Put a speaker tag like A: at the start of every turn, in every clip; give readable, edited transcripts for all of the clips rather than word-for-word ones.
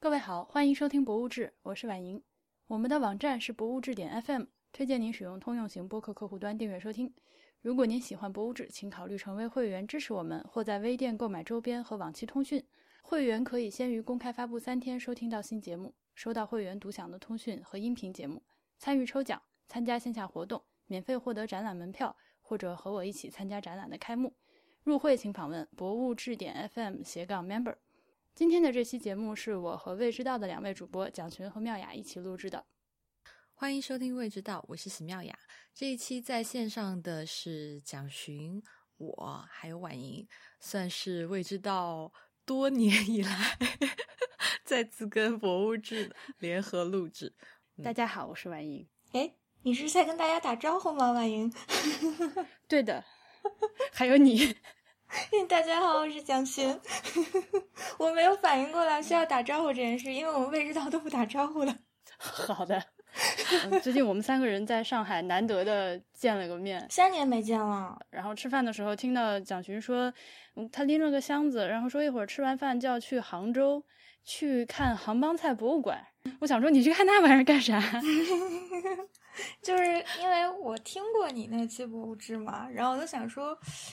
A: 各位好，欢迎收听博物志，我是婉莹。我们的网站是博物志点 FM， 推荐您使用通用型播客客户端订阅收听。如果您喜欢博物志，请考虑成为会员支持我们，或在微店购买周边和往期通讯。会员可以先于公开发布3天收听到新节目，收到会员独享的通讯和音频节目，参与抽奖，参加线下活动，免费获得展览门票，或者和我一起参加展览的开幕。入会请访问博物志点 FM/member。今天的这期节目是我和未知道的2位主播蒋寻和妙雅一起录制的。
B: 欢迎收听未知道，我是许妙雅。这一期在线上的是蒋寻，我还有婉莹，算是未知道多年以来再次跟博物志联合录制。
A: 大家好，我是婉莹。
C: 你是在跟大家打招呼吗，婉莹？
A: 对的，还有你。
C: 大家好，我是蒋寻。我没有反应过来需要打招呼这件事，因为我们未知道都不打招呼了。
A: 好的。最近我们3个人在上海难得的见了个面
C: ，3年没见了。
A: 然后吃饭的时候听到蒋寻说，他拎了个箱子，然后说一会儿吃完饭就要去杭州去看杭帮菜博物馆。我想说你去看那玩意儿干啥？
C: 就是因为我听过你那期博物志嘛，然后我就想说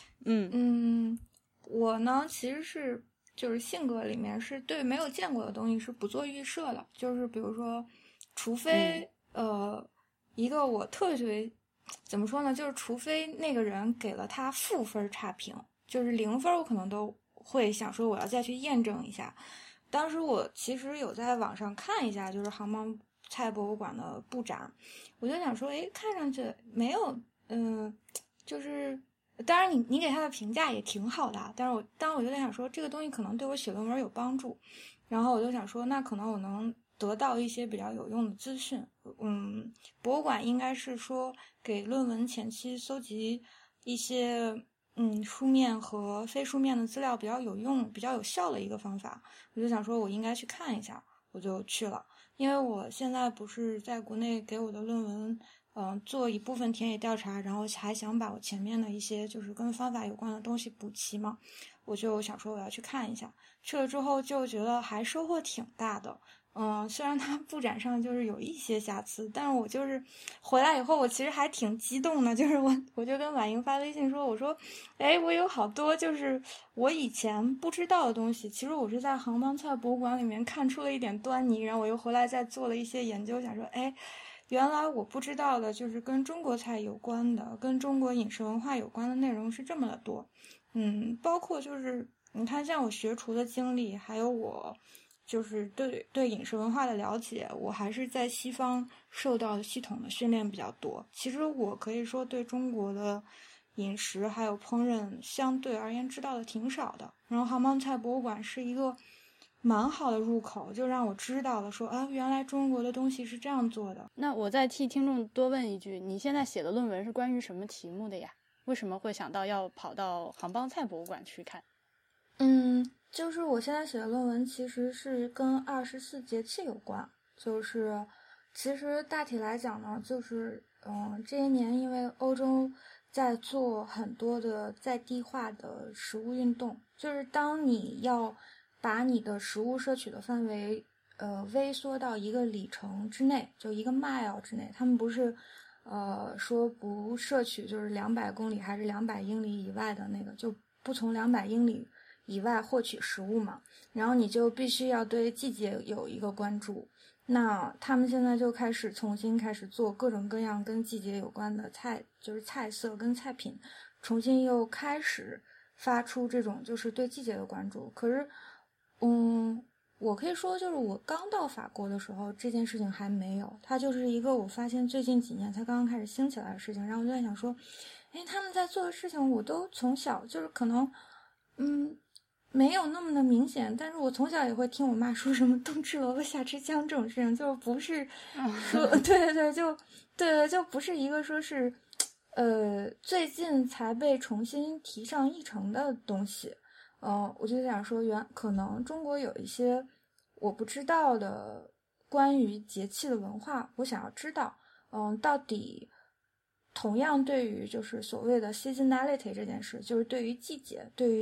C: 我呢其实是就是性格里面是对没有见过的东西是不做预设的，就是比如说除非一个我特别怎么说呢，就是除非那个人给了他负分差评，就是0分我可能都会想说我要再去验证一下。当时我其实有在网上看一下就是杭帮菜博物馆的布展，我就想说看上去没有就是当然你给他的评价也挺好的，但是我就在想说这个东西可能对我写论文有帮助，然后我就想说那可能我能得到一些比较有用的资讯。博物馆应该是说给论文前期搜集一些书面和非书面的资料比较有用比较有效的一个方法，我就想说我应该去看一下，我就去了。因为我现在不是在国内给我的论文做一部分田野调查，然后还想把我前面的一些就是跟方法有关的东西补齐嘛，我就想说我要去看一下。去了之后就觉得还收获挺大的。虽然它布展上就是有一些瑕疵，但是我就是回来以后我其实还挺激动的，就是我就跟婉莹发微信说，我说我有好多就是我以前不知道的东西，其实我是在杭帮菜博物馆里面看出了一点端倪，然后我又回来再做了一些研究，想说原来我不知道的就是跟中国菜有关的跟中国饮食文化有关的内容是这么的多。包括就是你看像我学厨的经历，还有我就是对饮食文化的了解，我还是在西方受到系统的训练比较多。其实我可以说对中国的饮食还有烹饪相对而言知道的挺少的，然后杭帮菜博物馆是一个蛮好的入口，就让我知道了说原来中国的东西是这样做的。
A: 那我再替听众多问一句，你现在写的论文是关于什么题目的呀？为什么会想到要跑到杭帮菜博物馆去看？
C: 就是我现在写的论文其实是跟24节气有关，就是其实大体来讲呢，就是这些年因为欧洲在做很多的在地化的食物运动，就是当你要把你的食物摄取的范围微缩到一个里程之内，就一个 mile 之内，他们不是说不摄取就是200公里还是200英里以外的那个，就不从200英里以外获取食物嘛，然后你就必须要对季节有一个关注。那他们现在就重新开始做各种各样跟季节有关的菜，就是菜色跟菜品，重新又开始发出这种就是对季节的关注。可是我可以说就是我刚到法国的时候这件事情还没有，它就是一个我发现最近几年才刚刚开始兴起来的事情。然后我就在想说他们在做的事情我都从小就是可能没有那么的明显，但是我从小也会听我妈说什么冬吃萝卜夏吃姜这种事情，就不是说就不是一个说是最近才被重新提上议程的东西。我就想说可能中国有一些我不知道的关于节气的文化，我想要知道到底同样对于就是所谓的 seasonality 这件事，就是对于季节，对于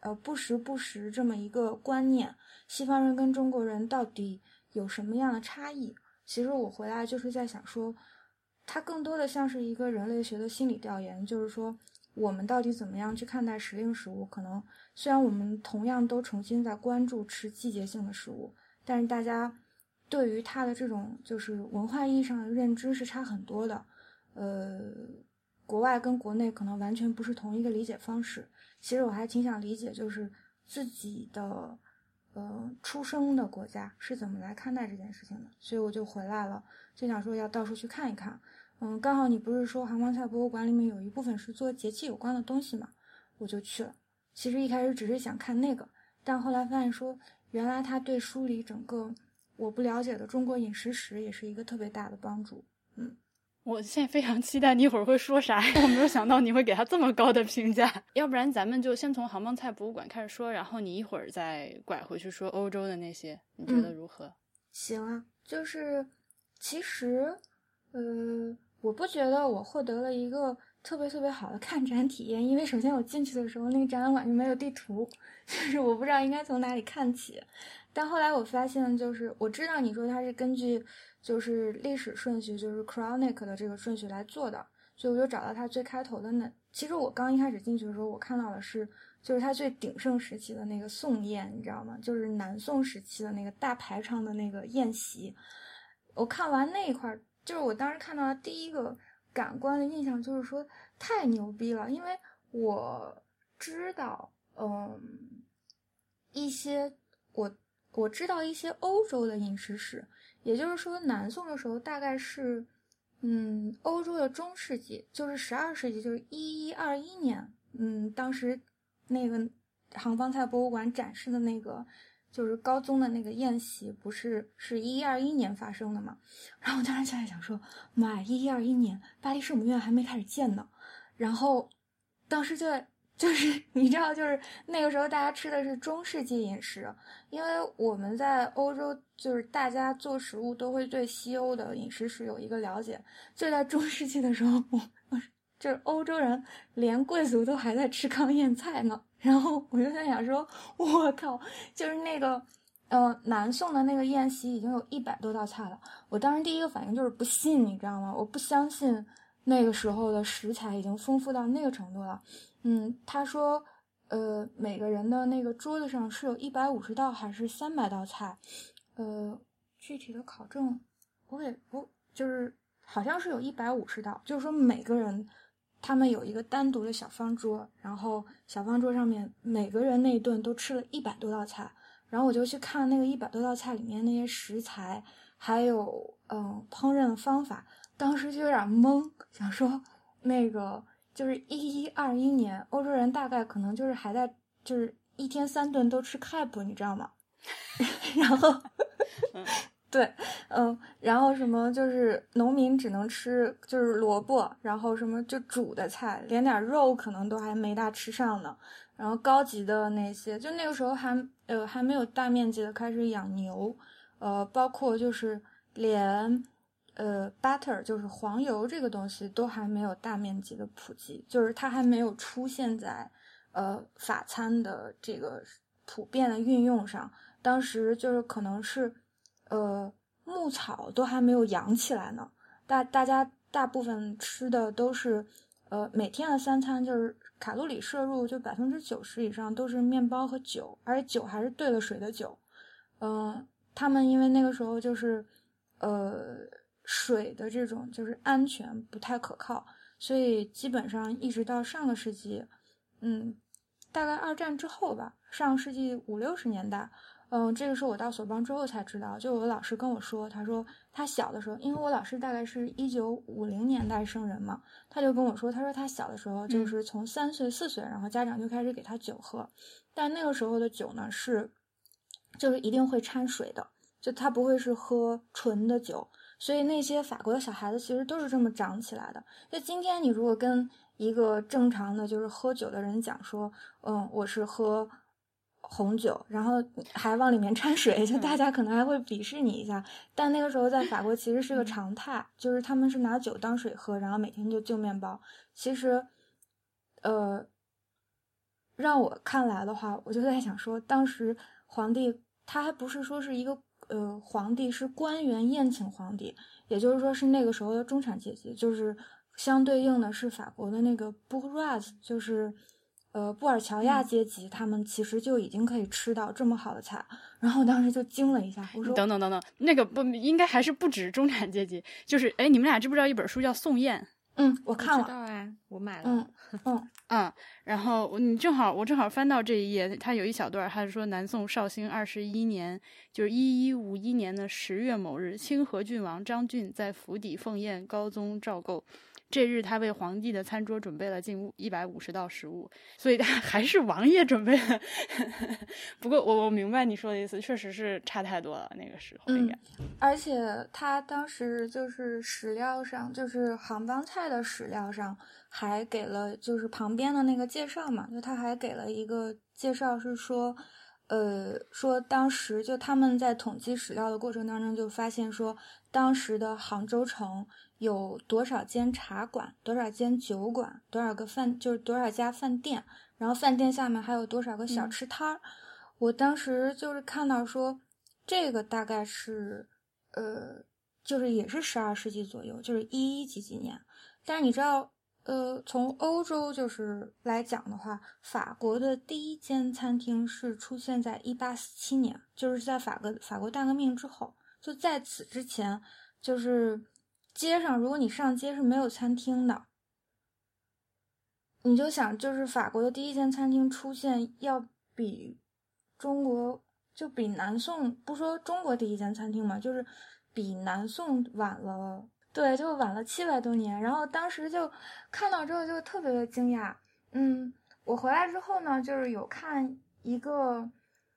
C: 不时不食这么一个观念，西方人跟中国人到底有什么样的差异？其实我回来就是在想说，它更多的像是一个人类学的心理调研，就是说我们到底怎么样去看待时令食物？可能虽然我们同样都重新在关注吃季节性的食物，但是大家对于它的这种就是文化意义上的认知是差很多的。国外跟国内可能完全不是同一个理解方式。其实我还挺想理解，就是自己的出生的国家是怎么来看待这件事情的，所以我就回来了，就想说要到处去看一看。刚好你不是说杭帮菜博物馆里面有一部分是做节气有关的东西嘛，我就去了。其实一开始只是想看那个，但后来发现说，原来它对梳理整个我不了解的中国饮食史也是一个特别大的帮助。
A: 我现在非常期待你一会儿会说啥，我没有想到你会给他这么高的评价。要不然咱们就先从杭帮菜博物馆开始说，然后你一会儿再拐回去说欧洲的那些，你觉得如何？
C: 行啊，就是其实我不觉得我获得了一个特别特别好的看展体验，因为首先我进去的时候那个展览馆就没有地图，就是我不知道应该从哪里看起。但后来我发现，就是我知道你说它是根据就是历史顺序，就是 chronic 的这个顺序来做的，所以我就找到它最开头的那。其实我刚一开始进去的时候，我看到的是就是它最鼎盛时期的那个宋宴，你知道吗？就是南宋时期的那个大排场的那个宴席。我看完那一块，就是我当时看到的第一个感官的印象就是说太牛逼了，因为我知道，一些我知道一些欧洲的饮食史，也就是说南宋的时候大概是欧洲的中世纪，就是12世纪，就是1121年，当时那个杭帮菜博物馆展示的那个就是高宗的那个宴席，不是1121年发生的嘛？然后我当时就在想说，妈呀，1121年巴黎圣母院还没开始建呢，然后当时就是你知道，就是那个时候大家吃的是中世纪饮食，因为我们在欧洲，就是大家做食物都会对西欧的饮食史有一个了解。就在中世纪的时候，就是欧洲人连贵族都还在吃糠咽菜呢。然后我就在想说，我靠，就是那个南宋的那个宴席已经有100多道菜了。我当时第一个反应就是不信，你知道吗？我不相信那个时候的食材已经丰富到那个程度了。他说，每个人的那个桌子上是有150道还是300道菜，具体的考证我就是好像是有150道，就是说每个人他们有一个单独的小方桌，然后小方桌上面每个人那一顿都吃了100多道菜，然后我就去看那个100多道菜里面那些食材，还有烹饪的方法，当时就有点懵，想说那个。就是1121年，欧洲人大概可能就是还在，就是1天3顿都吃 crepe， 你知道吗？然后，对，然后什么就是农民只能吃就是萝卜，然后什么就煮的菜，连点肉可能都还没大吃上呢。然后高级的那些，就那个时候还没有大面积的开始养牛，包括就是连。butter 就是黄油这个东西都还没有大面积的普及，就是它还没有出现在法餐的这个普遍的运用上。当时就是可能是牧草都还没有养起来呢，大家大部分吃的都是每天的3餐就是卡路里摄入就90%以上都是面包和酒，而且酒还是兑了水的酒。他们因为那个时候就是水的这种就是安全不太可靠，所以基本上一直到上个世纪，大概2战之后吧，上世纪50、60年代，这个是我到索邦之后才知道，就我老师跟我说，他说他小的时候，因为我老师大概是1950年代生人嘛，他就跟我说，他说他小的时候就是从3岁4岁，然后家长就开始给他酒喝，但那个时候的酒呢就是一定会掺水的，就他不会是喝纯的酒。所以那些法国的小孩子其实都是这么长起来的。就今天你如果跟一个正常的就是喝酒的人讲说，我是喝红酒，然后还往里面掺水，就大家可能还会鄙视你一下。但那个时候在法国其实是个常态，就是他们是拿酒当水喝，然后每天就就面包。其实， 让我看来的话，我就在想说，当时皇帝他还不是说是一个皇帝，是官员宴请皇帝，也就是说是那个时候的中产阶级，就是相对应的是法国的那个 bourgeois， 就是布尔乔亚阶级，他们其实就已经可以吃到这么好的菜。然后我当时就惊了一下，我说
A: 等等，那个不应该还是不止中产阶级，就是哎，你们俩知不知道一本书叫《宋宴》？
C: 我看了，
B: 我知道啊，我买了。
A: 然后我正好翻到这一页，它有一小段，他说南宋绍兴21年，就是1151年的10月某日，清河郡王张俊在府邸奉宴高宗赵构。这日他为皇帝的餐桌准备了近150道食物，所以他还是王爷准备的。不过我明白你说的意思，确实是差太多了，那个时候应该。
C: 而且他当时就是史料上，就是杭帮菜的史料上还给了就是旁边的那个介绍嘛，就他还给了一个介绍，是说说当时就他们在统计史料的过程当中就发现说，当时的杭州城有多少间茶馆，多少间酒馆，多少个就是多少家饭店，然后饭店下面还有多少个小吃摊儿。我当时就是看到说这个大概是就是也是12世纪左右，就是11几年。但是你知道从欧洲就是来讲的话，法国的第一间餐厅是出现在1847年，就是在法国大革命之后。就在此之前，就是街上如果你上街是没有餐厅的。你就想，就是法国的第一间餐厅出现要比中国，就比南宋，不说中国第一间餐厅嘛，就是比南宋晚了，对，就晚了700多年。然后当时就看到之后就特别的惊讶。我回来之后呢，就是有看一个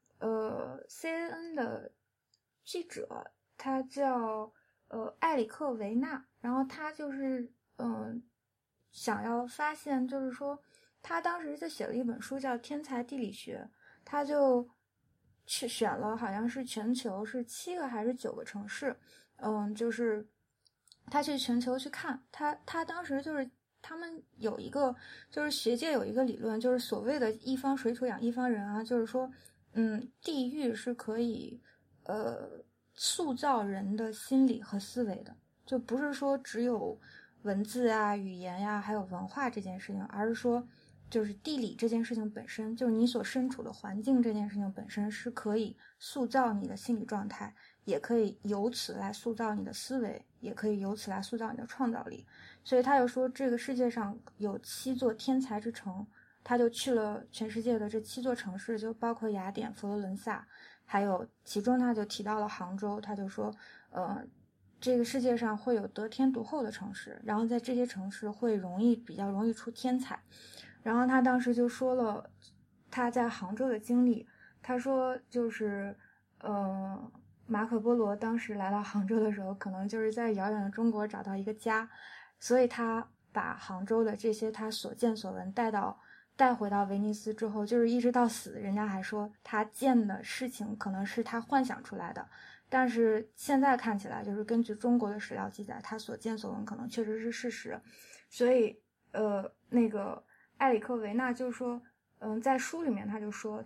C: CNN 的记者，他叫埃里克维纳，然后他就是想要发现，就是说他当时就写了一本书叫《天才地理学》，他就去选了好像是全球是7个还是9个城市，就是他去全球去看，他当时就是他们有一个就是学界有一个理论，就是所谓的一方水土养一方人啊，就是说地域是可以塑造人的心理和思维的，就不是说只有文字啊、语言呀，还有文化这件事情，而是说就是地理这件事情本身，就是你所身处的环境这件事情本身是可以塑造你的心理状态，也可以由此来塑造你的思维，也可以由此来塑造你的创造力。所以他又说这个世界上有7座天才之城，他就去了全世界的这7座城市，就包括雅典、佛罗伦萨，还有其中他就提到了杭州，他就说这个世界上会有得天独厚的城市，然后在这些城市会比较容易出天才。然后他当时就说了他在杭州的经历，他说就是马可波罗当时来到杭州的时候，可能就是在遥远的中国找到一个家，所以他把杭州的这些他所见所闻带回到威尼斯之后，就是一直到死，人家还说他见的事情可能是他幻想出来的，但是现在看起来，就是根据中国的史料记载，他所见所闻可能确实是事实。所以那个埃里克维纳就说在书里面他说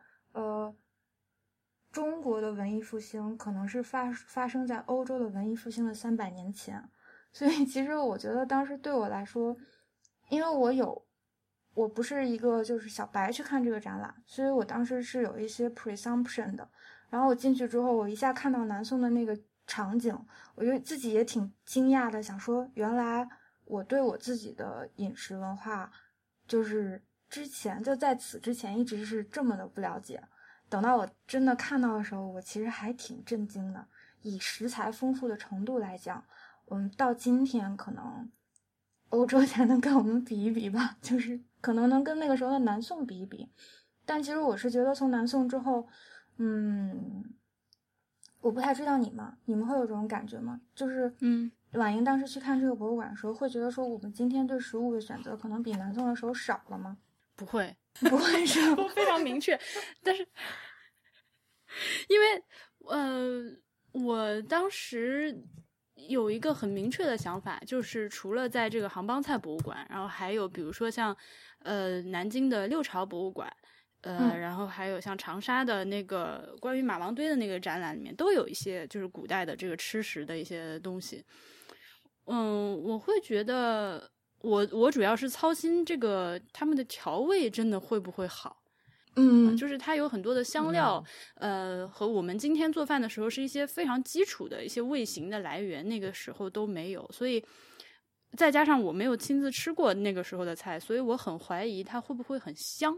C: 中国的文艺复兴可能是发生在欧洲的文艺复兴的300年前。所以其实我觉得当时对我来说，因为我不是一个就是小白去看这个展览，所以我当时是有一些 presumption 的。然后我进去之后，我一下看到南宋的那个场景，我就自己也挺惊讶的，想说原来我对我自己的饮食文化就是之前就在此之前一直是这么的不了解，等到我真的看到的时候，我其实还挺震惊的。以食材丰富的程度来讲，到今天可能欧洲才能跟我们比一比吧，就是可能能跟那个时候的南宋比一比。但其实我是觉得从南宋之后，我不太知道你们会有这种感觉吗？就是婉莹当时去看这个博物馆的时候，会觉得说我们今天对食物的选择可能比南宋的时候少了吗？
A: 不会
C: 是
A: 我非常明确。但是因为我当时有一个很明确的想法，就是除了在这个杭帮菜博物馆，然后还有比如说像南京的六朝博物馆，然后还有像长沙的那个关于马王堆的那个展览里面，都有一些就是古代的这个吃食的一些东西。我会觉得我主要是操心这个他们的调味真的会不会好。就是它有很多的香料，和我们今天做饭的时候是一些非常基础的一些味型的来源，那个时候都没有，所以再加上我没有亲自吃过那个时候的菜，所以我很怀疑它会不会很香。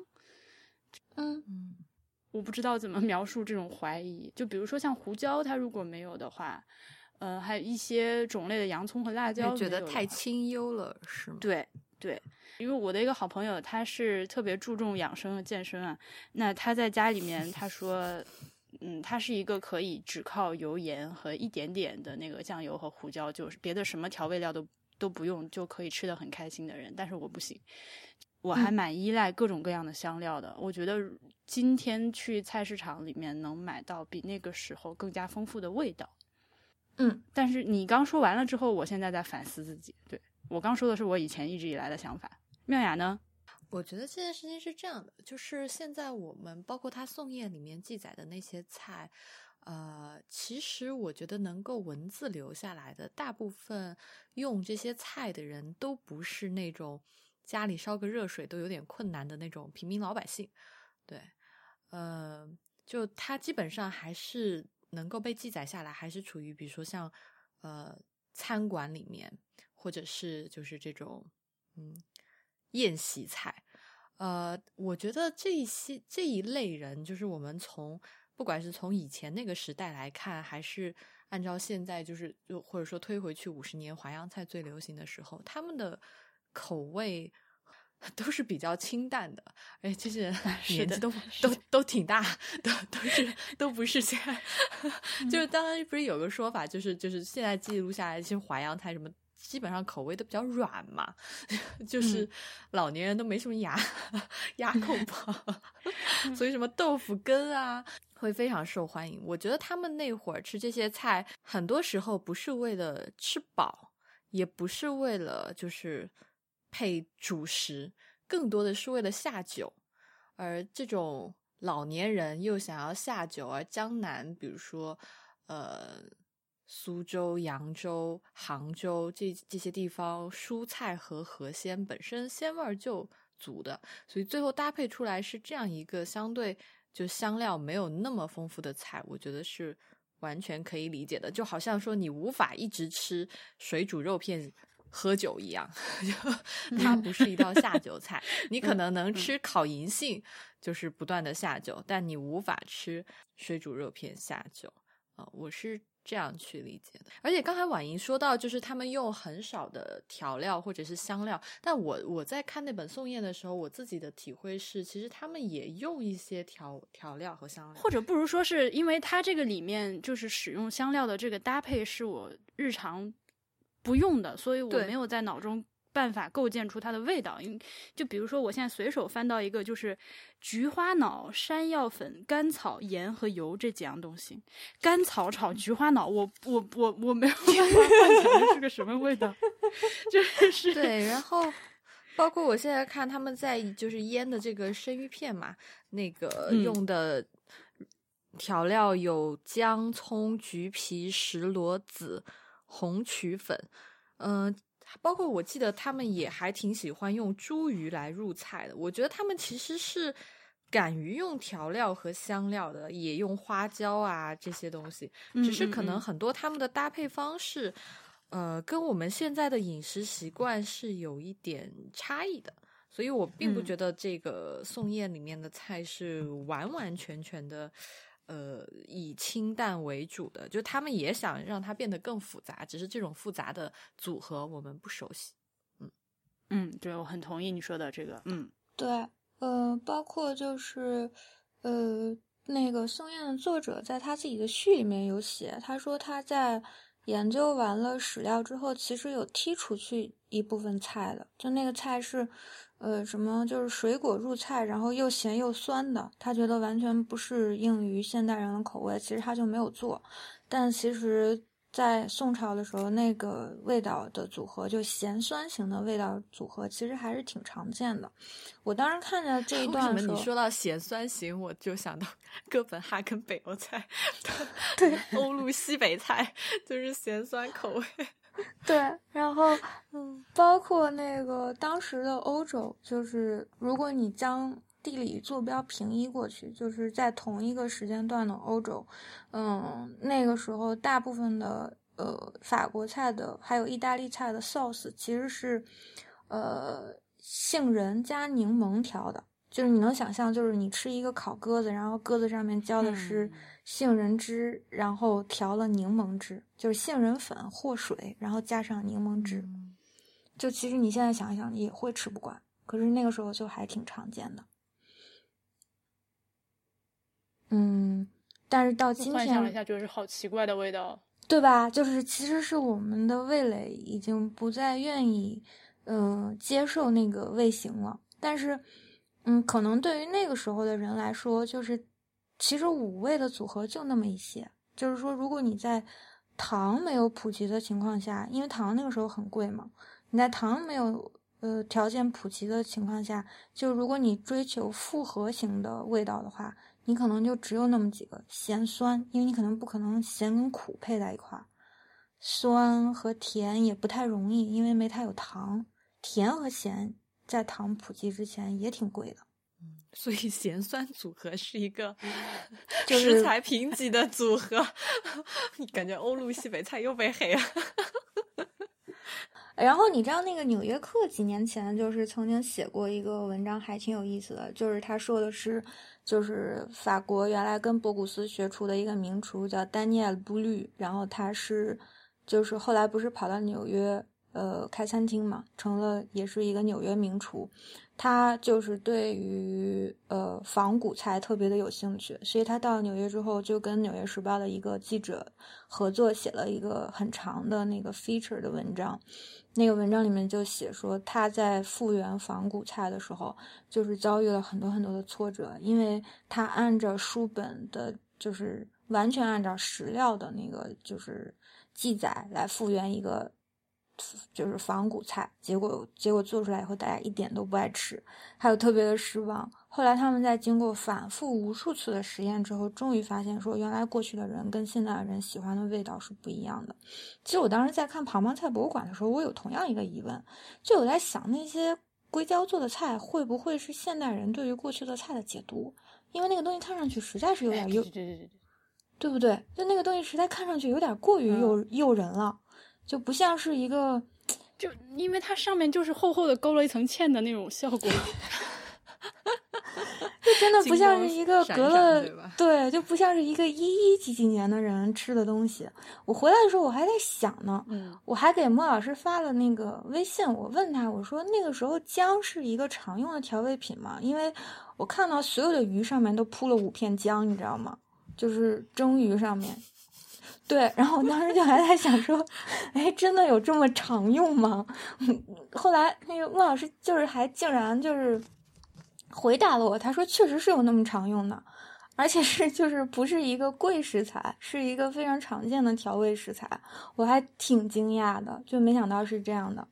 A: 我不知道怎么描述这种怀疑。就比如说像胡椒，它如果没有的话，还有一些种类的洋葱和辣椒，
B: 觉得太清幽了，是吗？
A: 对。因为我的一个好朋友，他是特别注重养生和健身啊。那他在家里面，他说，他是一个可以只靠油盐和一点点的那个酱油和胡椒，就是别的什么调味料都不用就可以吃得很开心的人。但是我不行，我还蛮依赖各种各样的香料的。我觉得今天去菜市场里面能买到比那个时候更加丰富的味道。但是你刚说完了之后，我现在在反思自己。对，我刚说的是我以前一直以来的想法。妙雅呢？
B: 我觉得这件事情是这样的，就是现在我们包括他宋宴里面记载的那些菜，其实我觉得能够文字留下来的，大部分用这些菜的人都不是那种家里烧个热水都有点困难的那种平民老百姓。对，就他基本上还是能够被记载下来，还是处于比如说像餐馆里面，或者是就是这种宴席菜。我觉得这一类人，就是我们不管是从以前那个时代来看，还是按照现在就或者说推回去50年淮扬菜最流行的时候，他们的口味都是比较清淡的，而且这些人年纪都挺大，都不是现在就是当然不是有个说法，就是现在记录下来这些淮扬菜什么基本上口味都比较软嘛，就是老年人都没什么牙口吧，所以什么豆腐根啊会非常受欢迎。我觉得他们那会儿吃这些菜，很多时候不是为了吃饱，也不是为了就是配主食，更多的是为了下酒。而这种老年人又想要下酒，而江南比如说苏州、扬州、杭州这些地方蔬菜和河鲜本身鲜味就足的，所以最后搭配出来是这样一个相对就香料没有那么丰富的菜，我觉得是完全可以理解的。就好像说你无法一直吃水煮肉片喝酒一样，它不是一道下酒菜。你可能能吃烤银杏，就是不断的下酒，但你无法吃水煮肉片下酒。我是这样去理解的。而且刚才婉莹说到就是他们用很少的调料或者是香料，但我在看那本宋宴的时候，我自己的体会是其实他们也用一些调料和香料，
A: 或者不如说是因为它这个里面就是使用香料的这个搭配是我日常不用的，所以我没有在脑中办法构建出它的味道。就比如说我现在随手翻到一个就是菊花脑、山药粉、甘草、盐和油这几样东西，甘草炒菊花脑，我没有办法幻想这是个什么味道。就是
B: 对，然后包括我现在看他们在就是腌的这个生鱼片嘛，那个用的调料有姜、葱、橘皮、石螺子、红曲粉，包括我记得他们也还挺喜欢用茱萸来入菜的。我觉得他们其实是敢于用调料和香料的，也用花椒啊这些东西，只是可能很多他们的搭配方式跟我们现在的饮食习惯是有一点差异的，所以我并不觉得这个宋宴里面的菜是完完全全的以清淡为主的，就他们也想让它变得更复杂，只是这种复杂的组合我们不熟悉。
A: 对，我很同意你说的这个。
C: 对，包括就是那个宋宴的作者在他自己的序里面有写，他说他在研究完了史料之后，其实有剔除去一部分菜的，就那个菜是什么就是水果入菜，然后又咸又酸的，他觉得完全不适应于现代人的口味，其实他就没有做。但其实在宋朝的时候，那个味道的组合，就咸酸型的味道组合，其实还是挺常见的。我当时看着这一段的时候，
B: 为什么你说到咸酸型，我就想到哥本哈根北欧菜，
C: 对，
B: 欧陆西北菜就是咸酸口味。
C: 对，然后包括那个当时的欧洲，就是如果你将地理坐标平移过去，就是在同一个时间段的欧洲，那个时候大部分的法国菜的还有意大利菜的 sauce 其实是杏仁加柠檬调的，就是你能想象，就是你吃一个烤鸽子，然后鸽子上面浇的是杏仁汁，然后调了柠檬汁，就是杏仁粉或水，然后加上柠檬汁。就其实你现在想一想，也会吃不惯，可是那个时候就还挺常见的。但是到今天
A: 幻想了一下，就是好奇怪的味道，
C: 对吧？就是其实是我们的味蕾已经不再愿意接受那个味型了。但是可能对于那个时候的人来说，就是其实五味的组合就那么一些。就是说，如果你在糖没有普及的情况下，因为糖那个时候很贵嘛，你在糖没有条件普及的情况下，就如果你追求复合型的味道的话，你可能就只有那么几个咸酸，因为你可能不可能咸跟苦配在一块儿，酸和甜也不太容易，因为没太有糖。甜和咸在糖普及之前也挺贵的，
B: 所以咸酸组合是一个
C: 就是
B: 食材贫瘠的组合。你感觉欧陆西北菜又被黑了。
C: 然后你知道那个《纽约客》几年前就是曾经写过一个文章，还挺有意思的，就是他说的是，就是法国原来跟博古斯学厨的一个名厨叫丹尼尔·布律，然后他是就是后来不是跑到纽约开餐厅嘛，成了也是一个纽约名厨。他就是对于仿古菜特别的有兴趣，所以他到纽约之后就跟《纽约时报》的一个记者合作，写了一个很长的那个 feature 的文章。那个文章里面就写说，他在复原仿古菜的时候，就是遭遇了很多很多的挫折，因为他按照书本的，就是完全按照史料的那个就是记载来复原一个就是仿古菜，结果做出来以后，大家一点都不爱吃，还有特别的失望。后来他们在经过反复无数次的实验之后，终于发现说，原来过去的人跟现在的人喜欢的味道是不一样的。其实我当时在看庞邦菜博物馆的时候，我有同样一个疑问，就我在想，那些硅胶做的菜会不会是现代人对于过去的菜的解读？因为那个东西看上去实在是有点对不对？就那个东西实在看上去有点过于诱人了。就不像是一个，
A: 就因为它上面就是厚厚的勾了一层芡的那种效果，
C: 就真的不像是一个隔了
B: 对，
C: 就不像是一个几年的人吃的东西。我回来的时候我还在想呢，我还给莫老师发了那个微信，我问他，我说那个时候姜是一个常用的调味品吗？因为我看到所有的鱼上面都铺了5片姜，你知道吗？就是蒸鱼上面。对，然后我当时就还在想说，哎，真的有这么常用吗？后来那个孟老师就是还竟然就是回答了我，他说确实是有那么常用的，而且是就是不是一个贵食材，是一个非常常见的调味食材，我还挺惊讶的，就没想到是这样的。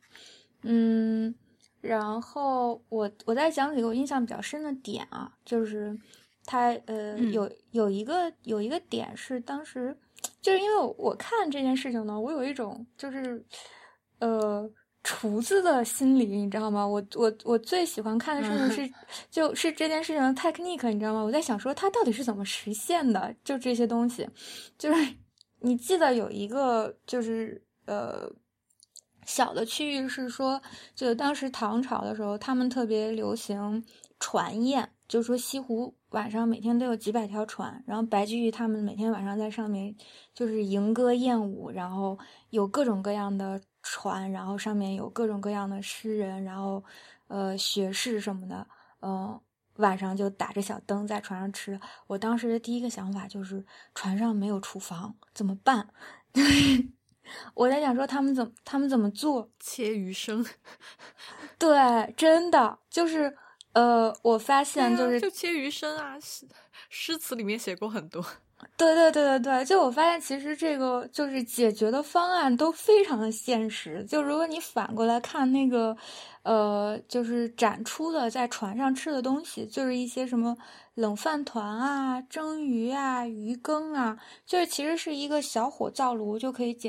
C: 然后我再讲几个我印象比较深的点啊，就是他有一个点是当时。就是因为我看这件事情呢，我有一种就是厨子的心理，你知道吗？我最喜欢看的事情是就是这件事情的 technique， 你知道吗？我在想说它到底是怎么实现的，就这些东西。就是你记得有一个就是小的区域是说，就当时唐朝的时候，他们特别流行船宴，就是说西湖晚上每天都有几百条船，然后白居易他们每天晚上在上面就是吟歌燕舞，然后有各种各样的船，然后上面有各种各样的诗人，然后学士什么的，晚上就打着小灯在船上吃。我当时的第一个想法就是船上没有厨房怎么办？我在想说他们怎么做
B: 切鱼生。
C: 对，真的就是我发现就是
B: 就切鱼生啊，诗词里面写过很多。
C: 对，就我发现其实这个就是解决的方案都非常的现实。就如果你反过来看那个，就是展出的在船上吃的东西，就是一些什么冷饭团啊、蒸鱼啊、鱼羹啊，就是其实是一个小火灶炉就可以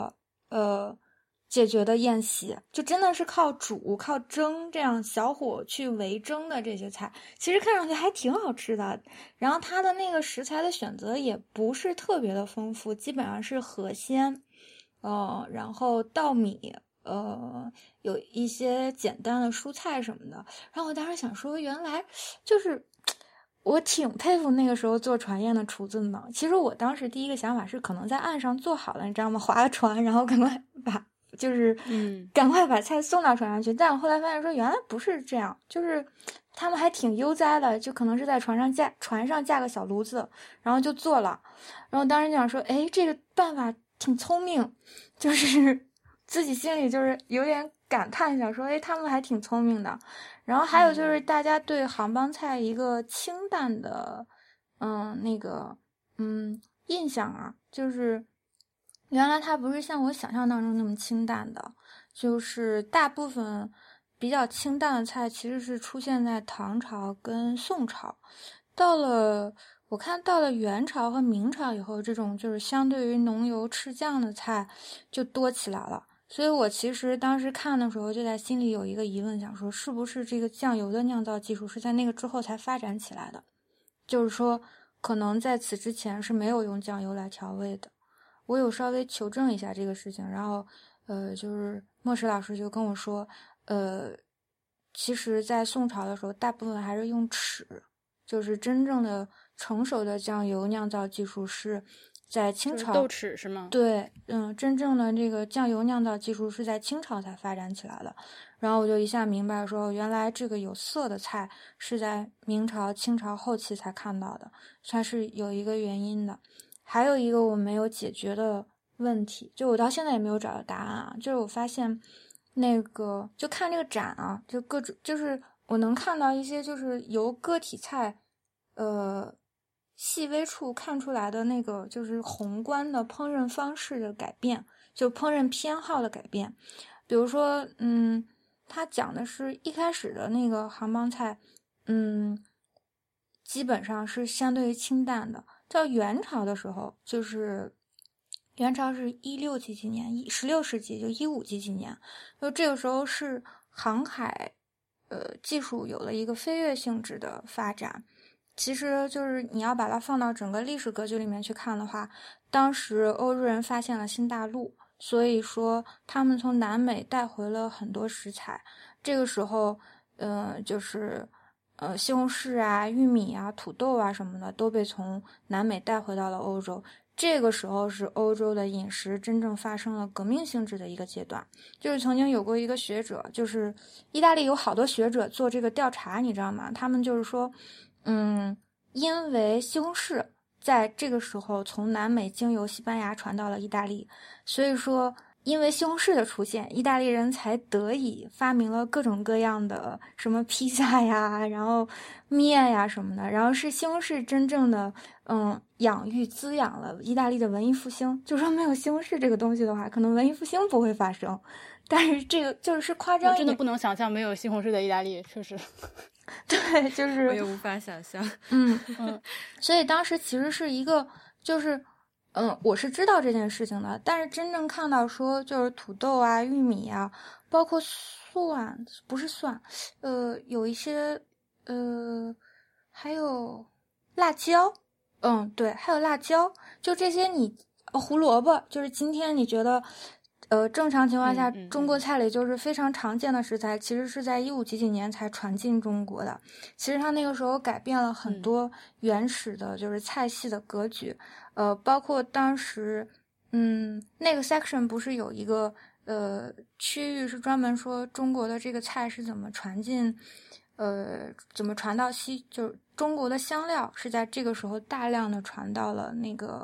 C: 解决的宴席，就真的是靠煮、靠蒸这样小火去围蒸的这些菜，其实看上去还挺好吃的。然后它的那个食材的选择也不是特别的丰富，基本上是河鲜，然后稻米，有一些简单的蔬菜什么的。然后我当时想说，原来就是我挺佩服那个时候做船宴的厨子的。其实我当时第一个想法是，可能在岸上做好了，你知道吗？划个船，然后可能赶快把菜送到船上去。但我后来发现说，原来不是这样，就是他们还挺悠哉的，就可能是在船上架个小炉子，然后就做了。然后当时想说，哎，这个办法挺聪明，就是自己心里就是有点感叹，想说，哎，他们还挺聪明的。然后还有就是大家对杭帮菜一个清淡的，印象啊，就是原来它不是像我想象当中那么清淡的，就是大部分比较清淡的菜其实是出现在唐朝跟宋朝，我看到了元朝和明朝以后，这种就是相对于浓油赤酱的菜就多起来了。所以我其实当时看的时候就在心里有一个疑问，想说是不是这个酱油的酿造技术是在那个之后才发展起来的，就是说可能在此之前是没有用酱油来调味的。我有稍微求证一下这个事情，然后就是莫石老师就跟我说，其实在宋朝的时候大部分还是用豉，就是真正的成熟的酱油酿造技术是在清朝，
A: 豆豉是吗？
C: 对，真正的这个酱油酿造技术是在清朝才发展起来的。然后我就一下明白说，原来这个有色的菜是在明朝、清朝后期才看到的，它是有一个原因的。还有一个我没有解决的问题，就我到现在也没有找到答案啊，就是我发现那个就看这个展啊，就各种就是我能看到一些就是由个体菜细微处看出来的那个就是宏观的烹饪方式的改变，就烹饪偏好的改变。比如说他讲的是一开始的那个杭帮菜基本上是相对于清淡的。到元朝的时候，就是元朝是16几年，16世纪就15几年，就这个时候是航海技术有了一个飞跃性质的发展。其实就是你要把它放到整个历史格局里面去看的话，当时欧洲人发现了新大陆，所以说他们从南美带回了很多食材。这个时候就是西红柿啊、玉米啊、土豆啊什么的都被从南美带回到了欧洲。这个时候是欧洲的饮食真正发生了革命性质的一个阶段。就是曾经有过一个学者，就是意大利有好多学者做这个调查，你知道吗？他们就是说因为西红柿在这个时候从南美经由西班牙传到了意大利，所以说因为西红柿的出现，意大利人才得以发明了各种各样的什么披萨呀，然后面呀什么的。然后是西红柿真正的养育滋养了意大利的文艺复兴。就说没有西红柿这个东西的话，可能文艺复兴不会发生。但是这个就是夸张一点，
A: 我真的不能想象没有西红柿的意大利，确实。
C: 对，就是
B: 我也无法想象。
C: 所以当时其实是一个就是我是知道这件事情的，但是真正看到说就是土豆啊、玉米啊，包括不是蒜，有一些还有辣椒，对，还有辣椒，就这些胡萝卜，就是今天你觉得正常情况下中国菜里就是非常常见的食材，其实是在15几年才传进中国的。其实它那个时候改变了很多原始的就是菜系的格局，包括当时那个 section 不是有一个区域是专门说中国的这个菜是怎么传进怎么传到就是中国的香料是在这个时候大量的传到了那个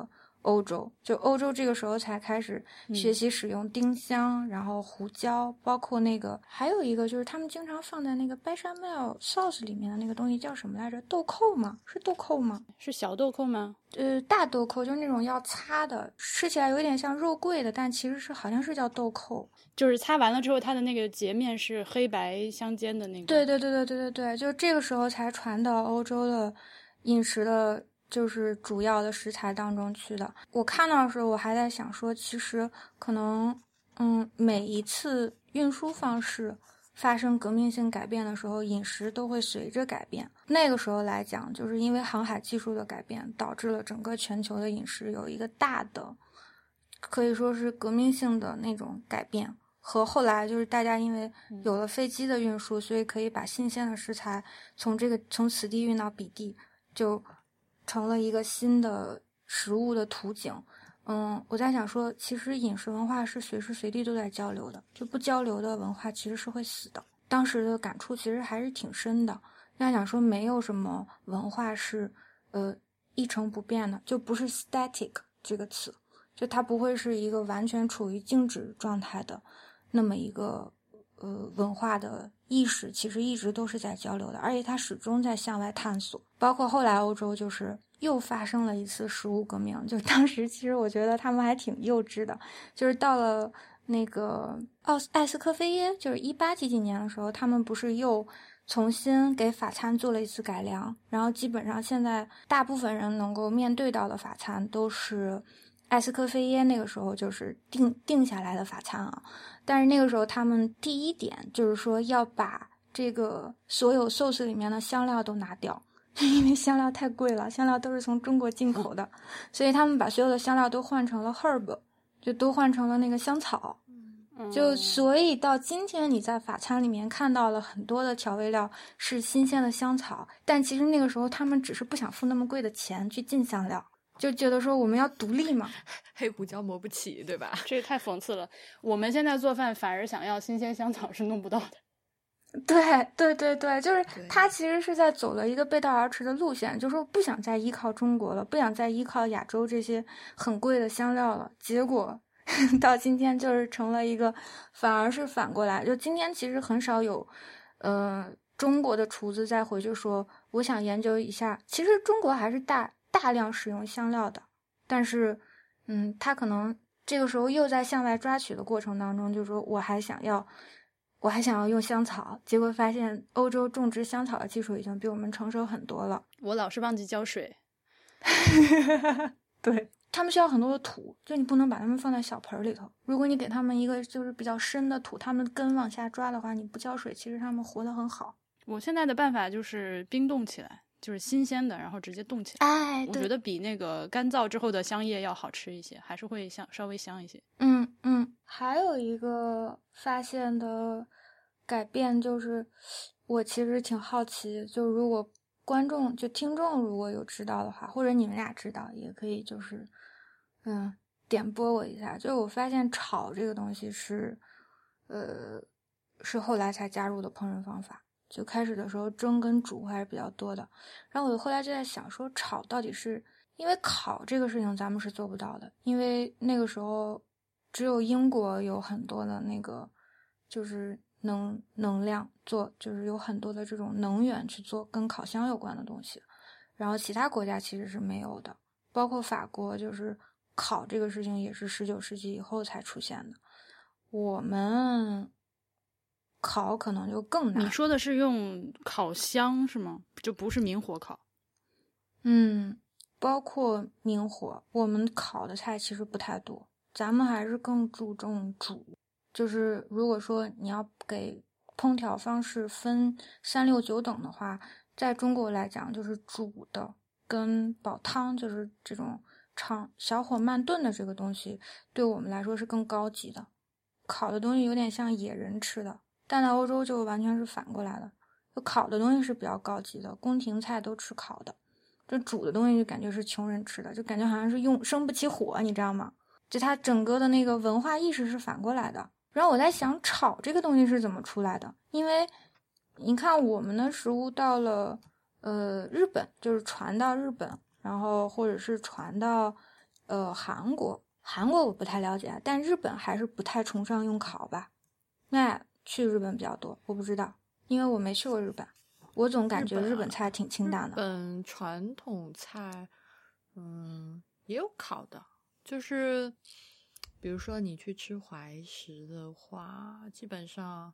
C: 欧洲，就欧洲这个时候才开始学习使用丁香，然后胡椒，包括那个还有一个就是他们经常放在那个 bechamel sauce 里面的那个东西叫什么来着？豆蔻吗？是豆蔻吗？
A: 是小豆蔻吗？
C: 大豆蔻，就是那种要擦的，吃起来有点像肉桂的，但其实是好像是叫豆蔻。
A: 就是擦完了之后，它的那个截面是黑白相间的那个。
C: 对，就这个时候才传到欧洲的饮食的。就是主要的食材当中去的。我看到的时候，我还在想说，其实可能，每一次运输方式发生革命性改变的时候，饮食都会随着改变。那个时候来讲，就是因为航海技术的改变，导致了整个全球的饮食有一个大的，可以说是革命性的那种改变。和后来就是大家因为有了飞机的运输，所以可以把新鲜的食材从此地运到彼地，就成了一个新的食物的途径。我在想说，其实饮食文化是随时随地都在交流的，就不交流的文化其实是会死的。当时的感触其实还是挺深的。在想说，没有什么文化是一成不变的，就不是 static 这个词，就它不会是一个完全处于静止状态的那么一个文化的意识，其实一直都是在交流的，而且它始终在向外探索。包括后来欧洲就是又发生了一次食物革命，就当时其实我觉得他们还挺幼稚的，就是到了那个艾斯科菲耶，就是18几年的时候，他们不是又重新给法餐做了一次改良，然后基本上现在大部分人能够面对到的法餐都是艾斯科菲耶那个时候就是定下来的法餐啊。但是那个时候他们第一点就是说要把这个所有寿司里面的香料都拿掉，因为香料太贵了，香料都是从中国进口的，所以他们把所有的香料都换成了 herb， 就都换成了那个香草。就所以到今天你在法餐里面看到了很多的调味料是新鲜的香草，但其实那个时候他们只是不想付那么贵的钱去进香料，就觉得说我们要独立嘛，
B: 黑胡椒磨不起，对吧？
A: 这太讽刺了。我们现在做饭反而想要新鲜香草是弄不到的。
C: 对，就是他其实是在走了一个背道而驰的路线，就是说不想再依靠中国了，不想再依靠亚洲这些很贵的香料了。结果到今天就是成了一个，反而是反过来。就今天其实很少有，中国的厨子再回去说，我想研究一下。其实中国还是大量使用香料的，但是，他可能这个时候又在向外抓取的过程当中，就是说我还想要用香草，结果发现欧洲种植香草的技术已经比我们成熟很多了。
A: 我老是忘记浇水。
C: 对，他们需要很多的土，就你不能把它们放在小盆里头。如果你给他们一个就是比较深的土，他们根往下抓的话，你不浇水，其实他们活得很好。
A: 我现在的办法就是冰冻起来，就是新鲜的，然后直接冻起来。
C: 哎，
A: 我觉得比那个干燥之后的香叶要好吃一些，还是会稍微香一些。
C: 还有一个发现的改变就是，我其实挺好奇，就如果听众如果有知道的话，或者你们俩知道，也可以就是点拨我一下。就是我发现炒这个东西是后来才加入的烹饪方法。就开始的时候蒸跟煮还是比较多的，然后我后来就在想说，炒到底是因为烤这个事情咱们是做不到的，因为那个时候只有英国有很多的那个就是能量做，就是有很多的这种能源去做跟烤箱有关的东西，然后其他国家其实是没有的，包括法国，就是烤这个事情也是19世纪以后才出现的。我们烤可能就更难。
A: 你说的是用烤箱是吗？就不是明火烤？
C: 包括明火，我们烤的菜其实不太多，咱们还是更注重煮。就是如果说你要给烹调方式分3、6、9等的话，在中国来讲，就是煮的跟煲汤，就是这种小火慢炖的这个东西，对我们来说是更高级的。烤的东西有点像野人吃的。但在欧洲就完全是反过来的，就烤的东西是比较高级的，宫廷菜都吃烤的，这煮的东西就感觉是穷人吃的，就感觉好像是生不起火，你知道吗？就它整个的那个文化意识是反过来的。然后我在想炒这个东西是怎么出来的，因为你看我们的食物到了日本，就是传到日本，然后或者是传到韩国我不太了解，但日本还是不太崇尚用烤吧。那去日本比较多，我不知道，因为我没去过日本，我总感觉日本菜挺清淡的。
B: 日本传统菜，也有烤的，就是比如说你去吃怀石的话，基本上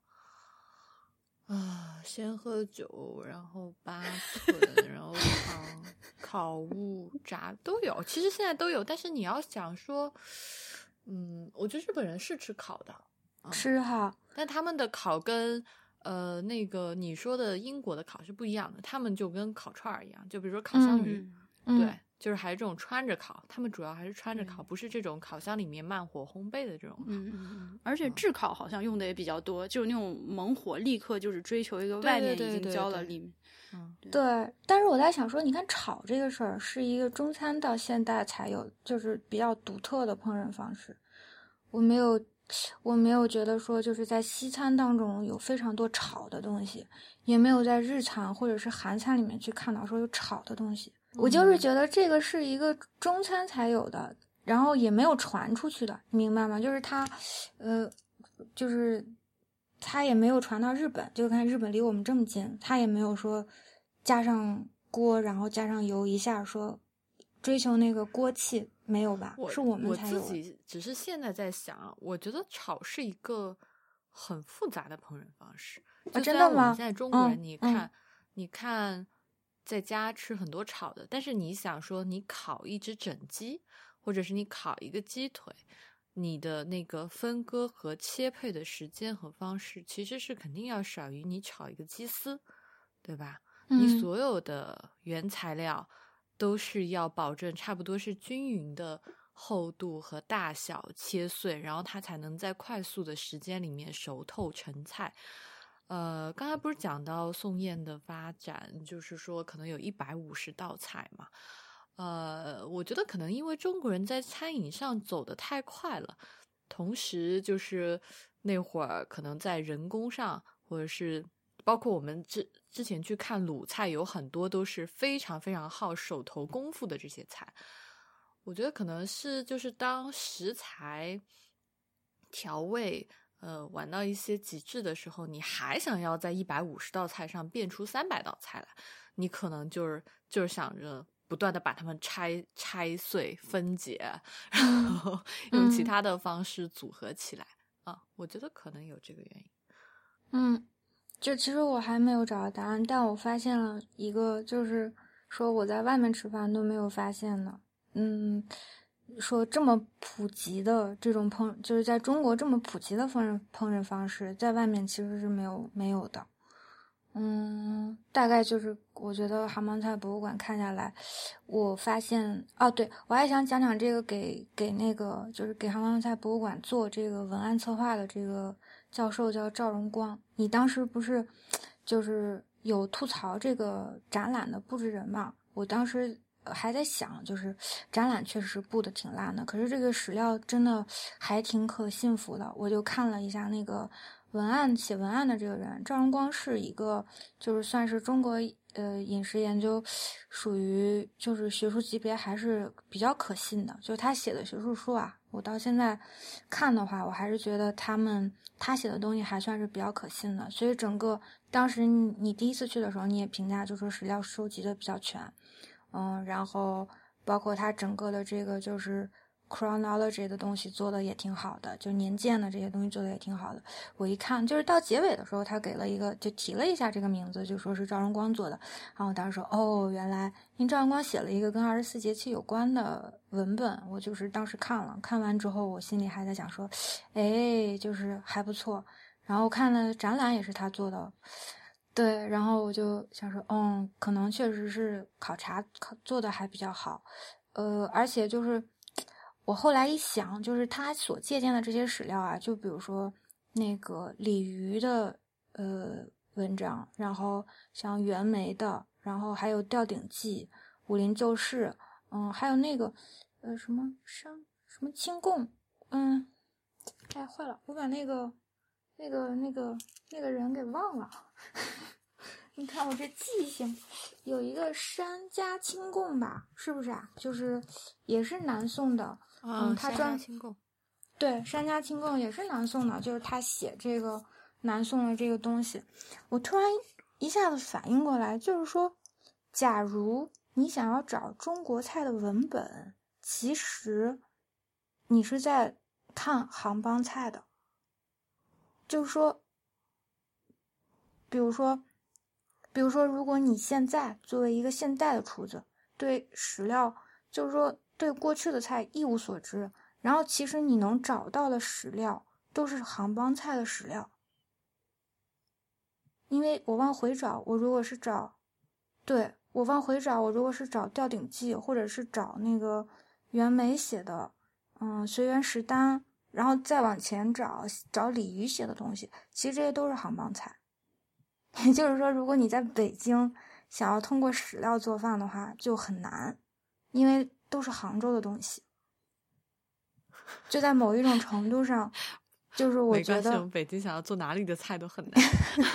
B: 先喝酒，然后八寸，然后烤物、炸都有，其实现在都有。但是你要想说，我觉得日本人是吃烤的，
C: 吃哈，
B: 但他们的烤跟那个你说的英国的烤是不一样的，他们就跟烤串儿一样，就比如说烤香鱼，对，就是还是这种穿着烤，他们主要还是穿着烤，不是这种烤箱里面慢火烘焙的这种烤。
A: 而且炙烤好像用的也比较多，就是那种猛火立刻就是追求一个外面已经焦了里面。
C: 对，但是我在想说，你看炒这个事儿是一个中餐到现代才有，就是比较独特的烹饪方式。我没有觉得说就是在西餐当中有非常多炒的东西，也没有在日餐或者是韩餐里面去看到说有炒的东西。我就是觉得这个是一个中餐才有的，然后也没有传出去的，你明白吗？就是它，就是它也没有传到日本，就看日本离我们这么近，它也没有说加上锅，然后加上油一下说追求那个锅气，没有吧？是我们才有。
B: 我自己只是现在在想，我觉得炒是一个很复杂的烹饪方式。
C: 真的吗？
B: 就我们现在中国人，你看，在家吃很多炒的，但是你想说你烤一只整鸡，或者是你烤一个鸡腿，你的那个分割和切配的时间和方式，其实是肯定要少于你炒一个鸡丝，对吧？你所有的原材料都是要保证差不多是均匀的厚度和大小切碎，然后它才能在快速的时间里面熟透成菜。刚才不是讲到宋宴的发展，就是说可能有150道菜嘛。我觉得可能因为中国人在餐饮上走得太快了，同时就是那会儿可能在人工上，或者是包括我们之前去看鲁菜，有很多都是非常非常耗手头功夫的这些菜。我觉得可能是就是当食材调味玩到一些极致的时候，你还想要在150道菜上变出300道菜来，你可能就是想着不断的把它们拆碎分解，然后用其他的方式组合起来我觉得可能有这个原因。
C: 就其实我还没有找到答案，但我发现了一个，就是说我在外面吃饭都没有发现的。说这么普及的这种就是在中国这么普及的烹饪方式，在外面其实是没有的。大概就是我觉得杭帮菜博物馆看下来，我发现对，我还想讲这个给那个就是给杭帮菜博物馆做这个文案策划的这个教授叫赵荣光。你当时不是就是有吐槽这个展览的布置人嘛？我当时还在想，就是展览确实布的挺烂的，可是这个史料真的还挺可信服的。我就看了一下那个写文案的这个人赵荣光，是一个就是算是中国饮食研究属于就是学术级别还是比较可信的，就他写的学术书啊，我到现在看的话，我还是觉得他写的东西还算是比较可信的。所以整个当时你第一次去的时候，你也评价就说史料收集的比较全。然后包括它整个的这个就是 chronology 的东西做的也挺好的，就年鉴的这些东西做的也挺好的。我一看就是到结尾的时候，他给了一个就提了一下这个名字，就说是赵荣光做的。然后我当时说原来因为赵荣光写了一个跟24节气有关的文本，我就是当时看完之后，我心里还在想说就是还不错。然后看了展览也是他做的。对，然后我就想说，可能确实是考察做的还比较好，而且就是我后来一想，就是他所借鉴的这些史料啊，就比如说那个李渔的文章，然后像袁枚的，然后还有《吊鼎记》《武林旧事》，还有那个什么清供，坏了，我把那个人给忘了。 你看我这记性，有一个山家清供吧，是不是啊？就是也是南宋的，他
B: 山家清供，
C: 对，山家清供也是南宋的，就是他写这个南宋的这个东西，我突然一下子反应过来，就是说，假如你想要找中国菜的文本，其实你是在看杭帮菜的，就是说，比如说，如果你现在作为一个现代的厨子，对史料，就是说对过去的菜一无所知，然后其实你能找到的史料都是杭帮菜的史料，因为我往回找，我如果是找《吊鼎记》，或者是找那个袁枚写的，随园食单，然后再往前找李渔写的东西，其实这些都是杭帮菜。也就是说，如果你在北京想要通过史料做饭的话，就很难，因为都是杭州的东西。就在某一种程度上，就是我觉得，
B: 没关系，我们北京想要做哪里的菜都很难。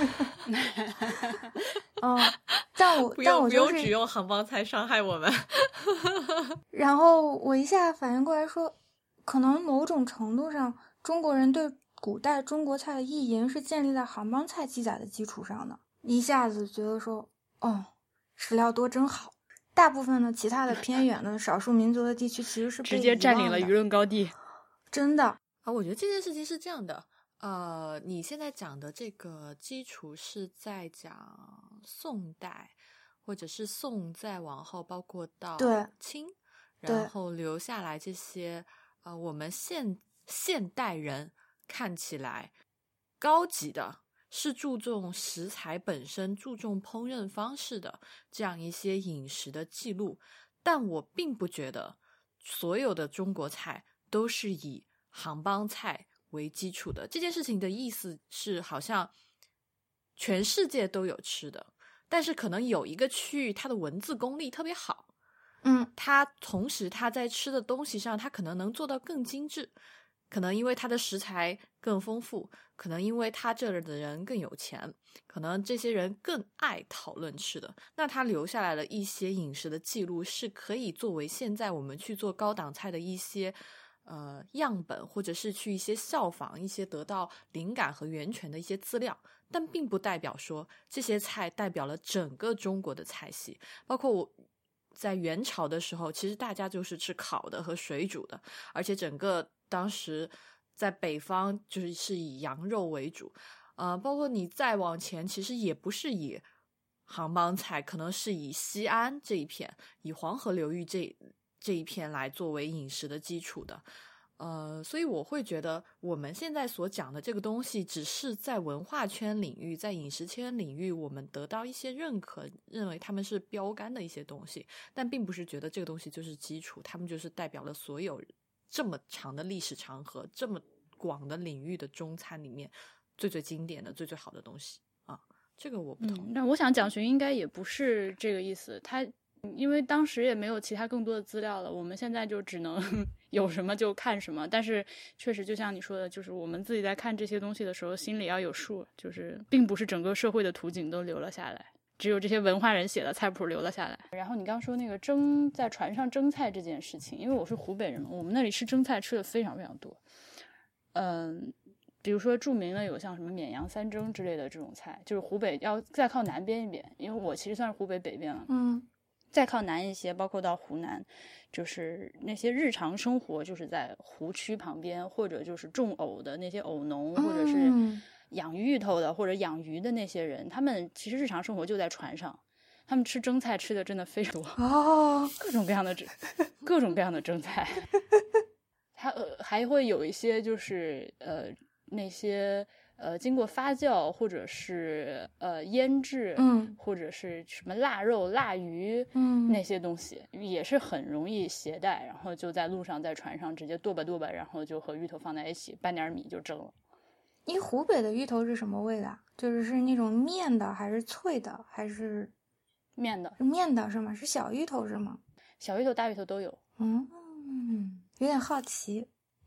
C: 但我
B: 不用
C: 就是
B: 只用杭帮菜伤害我们。
C: 然后我一下反应过来说，可能某种程度上，中国人对古代中国菜的意淫是建立在杭帮菜记载的基础上的，一下子觉得说，史料多真好。大部分的其他的偏远的少数民族的地区其实是被
A: 直接占领了舆论高地，
C: 真的
B: 啊，我觉得这件事情是这样的，你现在讲的这个基础是在讲宋代，或者是宋再往后，包括到清，然后留下来这些我们现代人看起来高级的，是注重食材本身、注重烹饪方式的这样一些饮食的记录，但我并不觉得所有的中国菜都是以杭帮菜为基础的。这件事情的意思是，好像全世界都有吃的，但是可能有一个区域它的文字功力特别好，它同时它在吃的东西上，它可能能做到更精致，可能因为它的食材更丰富，可能因为他这儿的人更有钱，可能这些人更爱讨论吃的，那他留下来的一些饮食的记录是可以作为现在我们去做高档菜的一些样本，或者是去一些效仿一些得到灵感和源泉的一些资料，但并不代表说这些菜代表了整个中国的菜系。包括我在元朝的时候，其实大家就是吃烤的和水煮的，而且整个当时在北方就是以羊肉为主，包括你再往前，其实也不是以杭帮菜，可能是以西安这一片，以黄河流域这一片来作为饮食的基础的。所以我会觉得我们现在所讲的这个东西只是在文化圈领域，在饮食圈领域我们得到一些认可，认为他们是标杆的一些东西，但并不是觉得这个东西就是基础，他们就是代表了所有这么长的历史长河，这么广的领域的中餐里面最经典的最好的东西啊，这个我不同意。
A: 那我想蒋勋应该也不是这个意思，他因为当时也没有其他更多的资料了，我们现在就只能有什么就看什么，但是确实就像你说的，就是我们自己在看这些东西的时候心里要有数，就是并不是整个社会的图景都留了下来，只有这些文化人写的菜谱留了下来。然后你刚说那个在船上蒸菜这件事情，因为我是湖北人嘛，我们那里吃蒸菜吃的非常非常多。比如说著名的有像什么绵阳三蒸之类的这种菜，就是湖北要再靠南边一点，因为我其实算是湖北北边了，再靠南一些，包括到湖南，就是那些日常生活就是在湖区旁边，或者就是种藕的那些藕农，或者是养芋头的或者养鱼的那些人，他们其实日常生活就在船上，他们吃蒸菜吃的真的非常多各种各样的蒸菜它还会有一些就是那些经过发酵或者是腌制或者是什么腊肉腊鱼那些东西也是很容易携带，然后就在路上在船上直接剁吧，然后就和芋头放在一起拌点米就蒸了。
C: 你湖北的芋头是什么味道？就是那种面的还是脆的还是
A: 面的？
C: 面的是吗？是小芋头是吗？
A: 小芋头大芋头都有。
C: 有点好奇，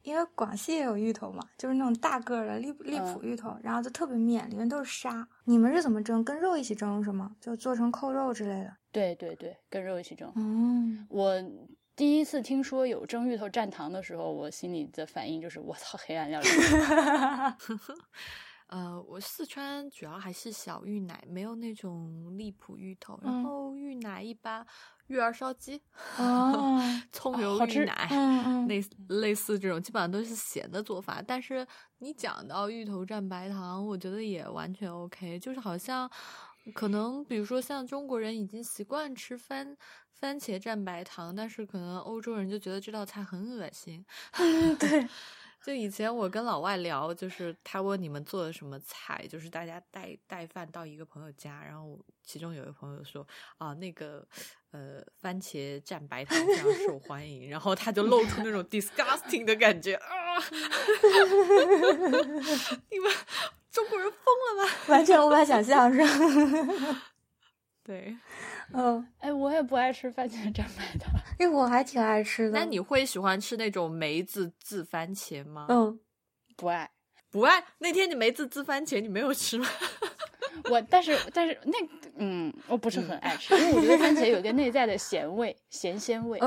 C: 因为广西也有芋头嘛，就是那种大个儿的荔浦芋头，然后就特别面，里面都是沙。你们是怎么蒸？跟肉一起蒸是吗？就做成扣肉之类的？
A: 对对对，跟肉一起蒸。
C: 我
A: 第一次听说有蒸芋头蘸糖的时候，我心里的反应就是我操，黑暗料理。
B: 我四川主要还是小芋奶，没有那种荔浦芋头，然后芋奶一般芋儿烧鸡，葱油芋奶，类似这种基本上都是咸的做法。但是你讲到芋头蘸白糖，我觉得也完全 OK， 就是好像可能比如说像中国人已经习惯吃番茄蘸白糖，但是可能欧洲人就觉得这道菜很恶心。
C: 对。
B: 就以前我跟老外聊，就是他问你们做的什么菜，就是大家带饭到一个朋友家，然后其中有一个朋友说啊，那个番茄蘸白糖非常受欢迎，然后他就露出那种 disgusting 的感觉啊，你们中国人疯了吗？
C: 完全无法想象，是吧？
B: 对。
A: 我也不爱吃番茄蘸白糖，
C: 因为我还挺爱吃的。
B: 那你会喜欢吃那种梅子渍番茄吗？
A: 不爱。
B: 那天你梅子渍番茄你没有吃吗？
A: 但是那我不是很爱吃，因为我觉得番茄有个内在的咸鲜味。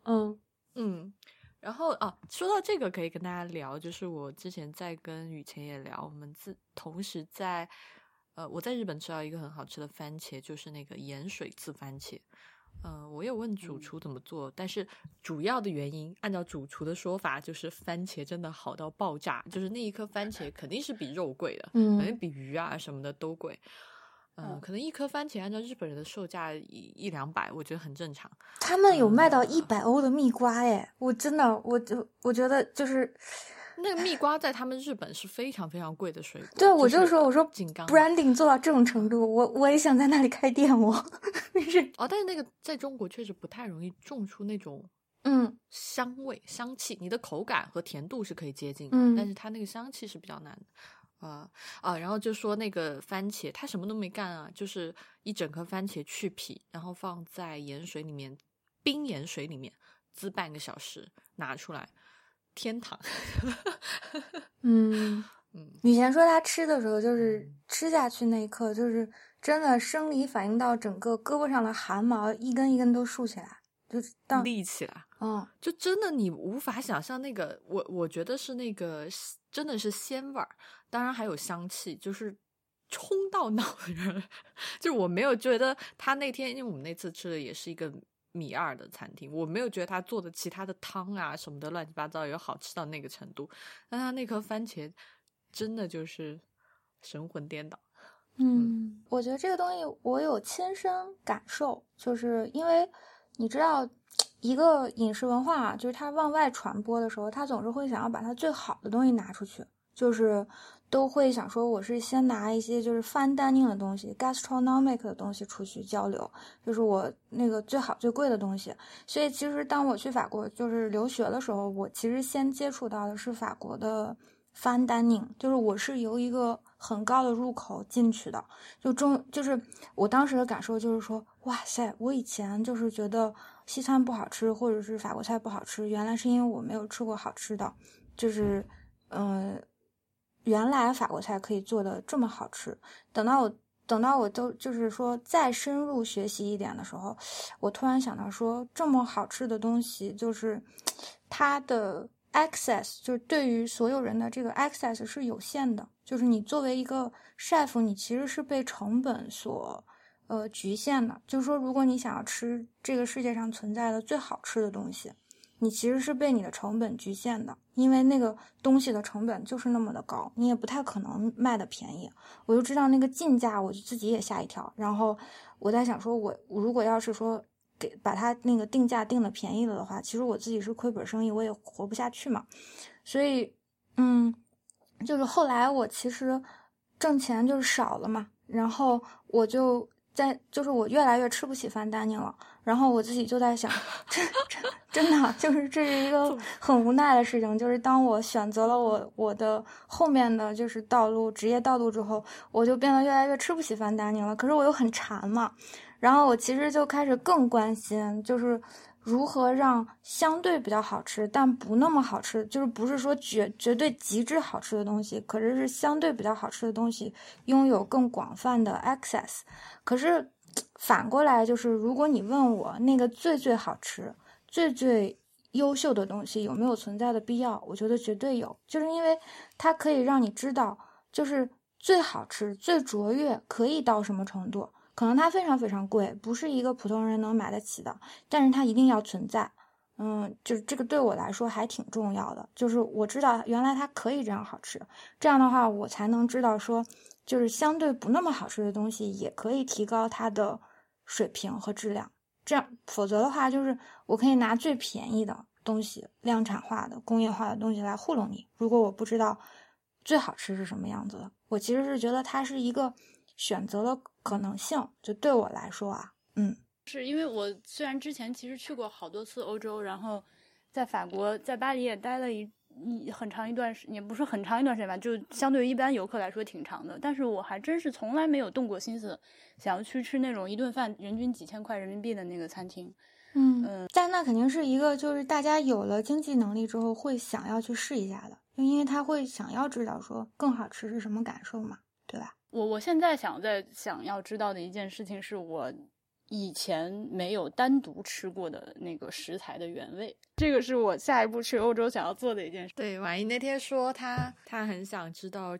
B: 然后说到这个可以跟大家聊，就是我之前在跟雨前也聊，我们同时在我在日本吃到一个很好吃的番茄，就是那个盐水渍番茄。我有问主厨怎么做，但是主要的原因，按照主厨的说法，就是番茄真的好到爆炸，就是那一颗番茄肯定是比肉贵的，肯定比鱼啊什么的都贵。可能一颗番茄按照日本人的售价100-200，我觉得很正常。
C: 他们有卖到100欧的蜜瓜耶！我真的，我觉得就是
B: 那个蜜瓜在他们日本是非常非常贵的水果。
C: 对，我就说，我说
B: 井冈
C: branding 做到这种程度，我也想在那里开店。
B: 但是那个在中国确实不太容易种出那种香味香气，你的口感和甜度是可以接近的，但是它那个香气是比较难的。然后就说那个番茄，他什么都没干啊，就是一整颗番茄去皮，然后放在盐水里面，冰盐水里面滋半个小时，拿出来，天堂。
C: 以前说他吃的时候，就是吃下去那一刻，就是真的生理反应到整个胳膊上的汗毛一根一根都竖起来，就
B: 立起来。就真的你无法想象那个，我觉得是那个真的是鲜味儿，当然还有香气，就是冲到脑仁。就我没有觉得他那天，因为我们那次吃的也是一个米二的餐厅，我没有觉得他做的其他的汤啊什么的乱七八糟有好吃到那个程度，但他那颗番茄真的就是神魂颠倒。
C: 我觉得这个东西我有亲身感受，就是因为你知道一个饮食文化就是它往外传播的时候，它总是会想要把它最好的东西拿出去，就是都会想说我是先拿一些就是 fine dining 的东西 gastronomic 的东西出去交流，就是我那个最好最贵的东西。所以其实当我去法国就是留学的时候，我其实先接触到的是法国的 fine dining， 就是我是由一个很高的入口进去的，就是我当时的感受就是说，哇塞，我以前就是觉得西餐不好吃或者是法国菜不好吃，原来是因为我没有吃过好吃的，就是原来法国菜可以做的这么好吃。等到我都就是说再深入学习一点的时候，我突然想到说，这么好吃的东西，就是它的 access， 就是对于所有人的这个 access 是有限的，就是你作为一个 chef， 你其实是被成本所局限的。就是说，如果你想要吃这个世界上存在的最好吃的东西，你其实是被你的成本局限的，因为那个东西的成本就是那么的高，你也不太可能卖的便宜。我就知道那个进价，我就自己也吓一跳。然后我在想说，我如果要是说把它那个定价定的便宜了的话，其实我自己是亏本生意，我也活不下去嘛。所以就是后来我其实挣钱就是少了嘛，然后我就是我越来越吃不起fine dining了，然后我自己就在想，真的就是这是一个很无奈的事情，就是当我选择了我的后面的就是职业道路之后，我就变得越来越吃不起fine dining了。可是我又很馋嘛，然后我其实就开始更关心，就是如何让相对比较好吃但不那么好吃，就是不是说绝对极致好吃的东西，可是相对比较好吃的东西拥有更广泛的 access。 可是反过来，就是如果你问我那个最好吃最优秀的东西有没有存在的必要，我觉得绝对有，就是因为它可以让你知道就是最好吃最卓越可以到什么程度，可能它非常非常贵，不是一个普通人能买得起的，但是它一定要存在。就是这个对我来说还挺重要的，就是我知道原来它可以这样好吃，这样的话我才能知道说就是相对不那么好吃的东西也可以提高它的水平和质量，这样否则的话就是我可以拿最便宜的东西量产化的工业化的东西来糊弄你，如果我不知道最好吃是什么样子的，我其实是觉得它是一个选择的可能性，就对我来说啊。
A: 是因为我虽然之前其实去过好多次欧洲，然后在法国在巴黎也待了很长一段时间，也不是很长一段时间吧，就相对于一般游客来说挺长的，但是我还真是从来没有动过心思想要去吃那种一顿饭人均几千块人民币的那个餐厅。
C: 但那肯定是一个就是大家有了经济能力之后会想要去试一下的，因为他会想要知道说更好吃是什么感受嘛，对吧？
A: 我现在想要知道的一件事情是我以前没有单独吃过的那个食材的原味，这个是我下一步去欧洲想要做的一件事。
B: 对，婉莹那天说他很想知道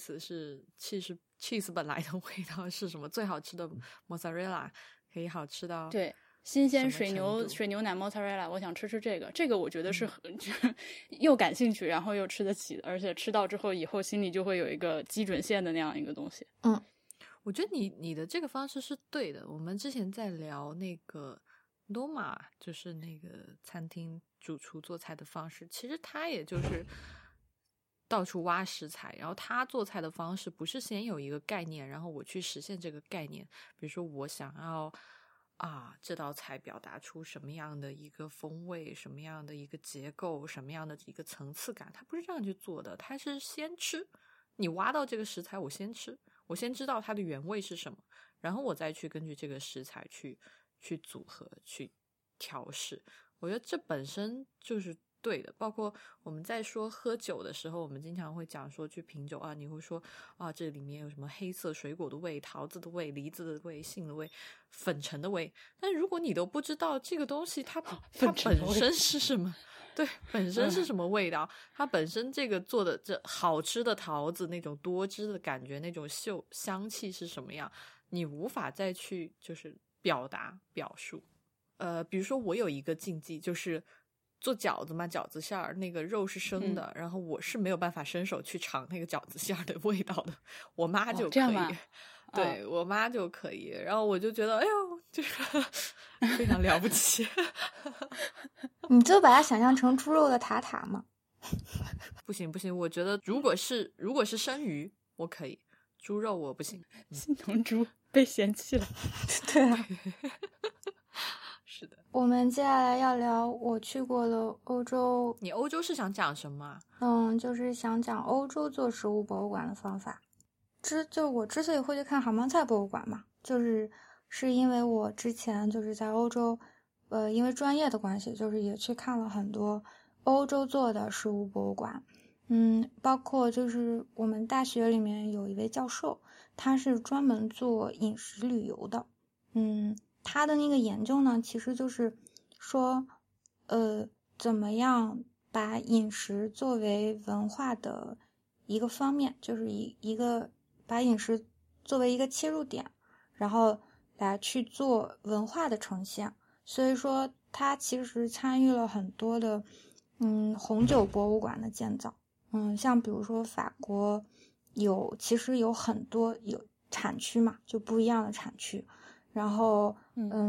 B: cheese 本来的味道是什么，最好吃的 mozzarella 可以好吃到
A: 对新鲜水牛奶 mozzarella， 我想吃这个我觉得是又感兴趣然后又吃得起的，而且吃到之后以后心里就会有一个基准线的那样一个东西。
B: 我觉得你的这个方式是对的。我们之前在聊那个 Noma， 就是那个餐厅主厨做菜的方式，其实他也就是到处挖食材，然后他做菜的方式不是先有一个概念，然后我去实现这个概念，比如说我想要这道菜表达出什么样的一个风味，什么样的一个结构，什么样的一个层次感，他不是这样去做的，他是先吃，你挖到这个食材我先吃，我先知道它的原味是什么，然后我再去根据这个食材去组合去调试。我觉得这本身就是对的。包括我们在说喝酒的时候，我们经常会讲说去品酒你会说这里面有什么黑色水果的味，桃子的味，梨子的味，杏的味，粉尘的味，但如果你都不知道这个东西它本身是什么对，本身是什么味道，它本身这个做的这好吃的桃子那种多汁的感觉，那种香气是什么样，你无法再去就是表述。比如说我有一个禁忌，就是做饺子嘛，饺子馅儿那个肉是生的，然后我是没有办法伸手去尝那个饺子馅儿的味道的，我妈就可以。对，我妈就可以，然后我就觉得哎呦这个非常了不起。
C: 你就把它想象成猪肉的塔塔嘛。
B: 不行，我觉得如果是生鱼我可以，猪肉我不行。
A: 心疼猪被嫌弃了。
C: 对啊。
B: 是的。
C: 我们接下来要聊我去过的欧洲。
B: 你欧洲是想讲什么？
C: 就是想讲欧洲做食物博物馆的方法。就我之所以会去看杭帮菜博物馆嘛，是因为我之前就是在欧洲，因为专业的关系，就是也去看了很多欧洲做的食物博物馆。包括就是我们大学里面有一位教授，他是专门做饮食旅游的。他的那个研究呢，其实就是说，怎么样把饮食作为文化的一个方面，就是把饮食作为一个切入点，然后来去做文化的呈现。所以说他其实参与了很多的红酒博物馆的建造。像比如说法国其实有很多有产区嘛，就不一样的产区。然后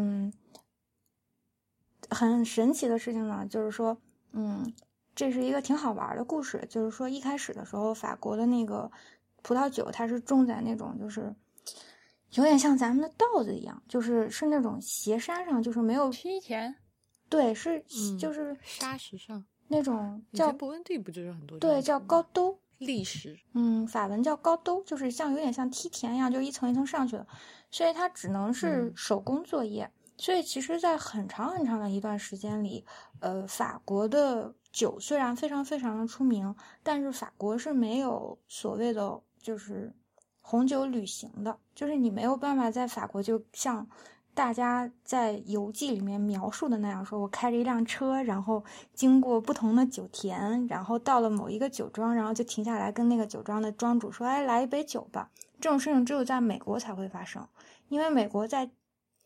C: 很神奇的事情呢，就是说这是一个挺好玩的故事。就是说一开始的时候，法国的那个葡萄酒它是种在那种就是有点像咱们的稻子一样，就是那种斜山上，就是没有
A: 梯田。
C: 对，就是
B: 沙石上
C: 那种叫
B: 伯温第不就是很多
C: 对叫高兜
B: 砾石。
C: 法文叫高兜，就是有点像梯田一样，就一层一层上去的，所以它只能是手工作业。 所以其实在很长很长的一段时间里，法国的酒虽然非常非常的出名，但是法国是没有所谓的就是红酒旅行的，就是你没有办法在法国就像大家在游记里面描述的那样，说我开着一辆车，然后经过不同的酒田，然后到了某一个酒庄，然后就停下来跟那个酒庄的庄主说，哎，来一杯酒吧。这种事情只有在美国才会发生，因为美国在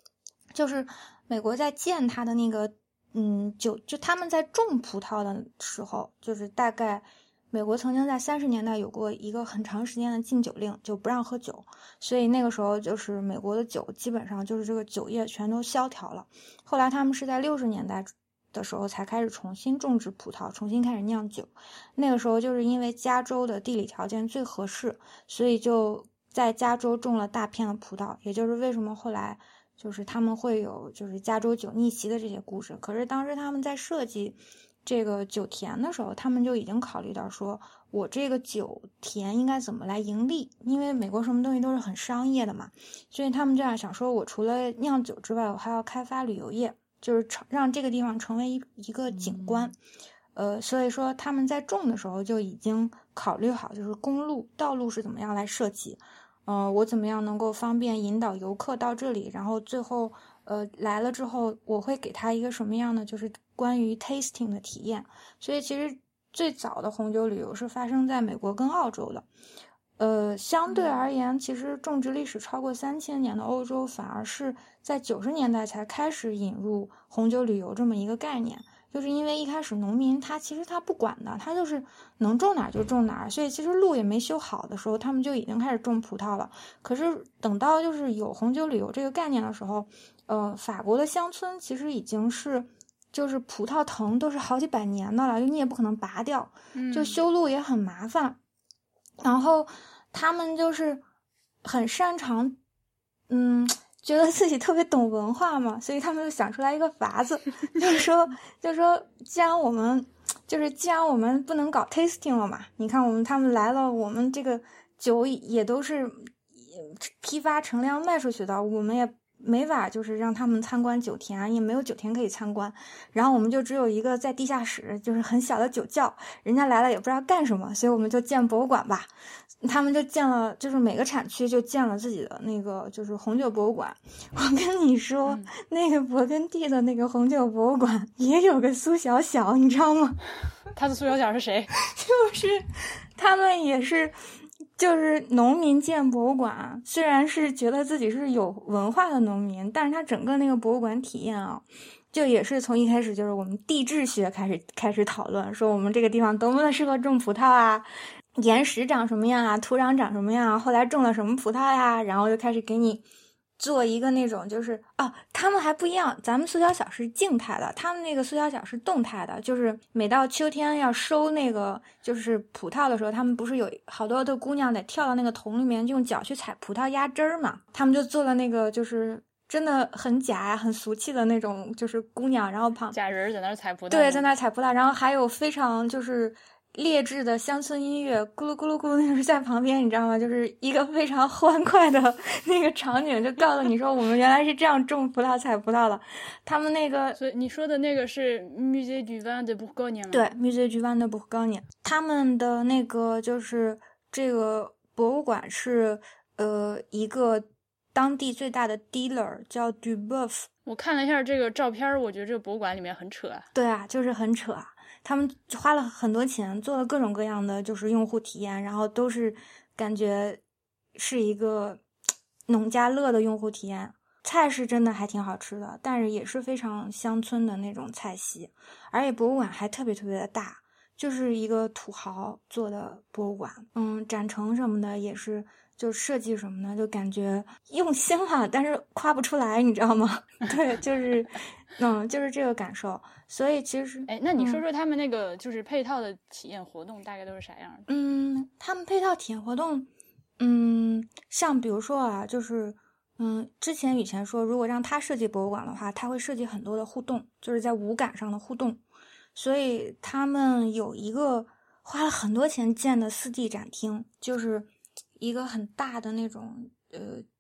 C: 建它的那个酒，就他们在种葡萄的时候，就是大概美国曾经在30年代有过一个很长时间的禁酒令，就不让喝酒，所以那个时候就是美国的酒基本上就是这个酒业全都萧条了。后来他们是在60年代的时候才开始重新种植葡萄，重新开始酿酒。那个时候就是因为加州的地理条件最合适，所以就在加州种了大片的葡萄，也就是为什么后来就是他们会有就是加州酒逆袭的这些故事。可是当时他们在设计这个酒田的时候，他们就已经考虑到说，我这个酒田应该怎么来盈利，因为美国什么东西都是很商业的嘛，所以他们这样想说，我除了酿酒之外，我还要开发旅游业，就是让这个地方成为一个景观。所以说他们在种的时候就已经考虑好，就是公路道路是怎么样来设计，我怎么样能够方便引导游客到这里，然后最后来了之后我会给他一个什么样的就是关于 tasting 的体验。所以其实最早的红酒旅游是发生在美国跟澳洲的。相对而言，其实种植历史超过3000年的欧洲反而是在90年代才开始引入红酒旅游这么一个概念，就是因为一开始农民其实他不管的，他就是能种哪儿就种哪儿，所以其实路也没修好的时候，他们就已经开始种葡萄了。可是等到就是有红酒旅游这个概念的时候，法国的乡村其实已经是就是葡萄藤都是好几百年的了，就你也不可能拔掉，就修路也很麻烦。然后他们就是很擅长觉得自己特别懂文化嘛，所以他们就想出来一个法子，就是说既然我们不能搞 tasting 了嘛，你看他们来了，我们这个酒也都是批发成量卖出去的，我们也没法就是让他们参观酒田，也没有酒田可以参观，然后我们就只有一个在地下室就是很小的酒窖，人家来了也不知道干什么，所以我们就建博物馆吧。他们就建了，就是每个产区就建了自己的那个就是红酒博物馆。我跟你说，那个勃艮第的那个红酒博物馆也有个苏小小，你知道吗？
A: 他的苏小小是谁？
C: 就是他们也是就是农民建博物馆，虽然是觉得自己是有文化的农民，但是他整个那个博物馆体验啊，就也是从一开始就是我们地质学开始讨论，说我们这个地方多么的适合种葡萄啊，岩石长什么样啊，土壤长什么样啊，后来种了什么葡萄呀，然后就开始给你做一个那种就是他们还不一样，咱们苏小小是静态的，他们那个苏小小是动态的，就是每到秋天要收那个就是葡萄的时候，他们不是有好多的姑娘得跳到那个桶里面用脚去采葡萄压汁儿嘛，他们就做了那个就是真的很假呀，很俗气的那种就是姑娘，然后
A: 假人在那儿采葡萄，
C: 对，在那儿采葡萄，然后还有非常就是劣质的乡村音乐咕噜咕噜咕噜就是在旁边，你知道吗？就是一个非常欢快的那个场景，就告诉你说我们原来是这样种葡萄采葡萄的。他们那个，
A: 所以你说的那个是 Musée du Vin de Bourgogne 吗？
C: 对， Musée du Vin de Bourgogne， 他们的那个就是这个博物馆是一个当地最大的 dealer 叫 Duboeuf。
A: 我看了一下这个照片，我觉得这个博物馆里面很扯啊。
C: 对啊，就是很扯啊。他们花了很多钱做了各种各样的就是用户体验，然后都是感觉是一个农家乐的用户体验。菜是真的还挺好吃的，但是也是非常乡村的那种菜系，而且博物馆还特别特别的大，就是一个土豪做的博物馆。展陈什么的也是，就设计什么的就感觉用心了，但是夸不出来，你知道吗？对，就是就是这个感受。所以其实
A: 那你说说他们那个就是配套的体验活动大概都是啥样的？
C: 他们配套体验活动像比如说啊，就是之前以前说如果让他设计博物馆的话，他会设计很多的互动，就是在五感上的互动。所以他们有一个花了很多钱建的4D展厅，就是一个很大的那种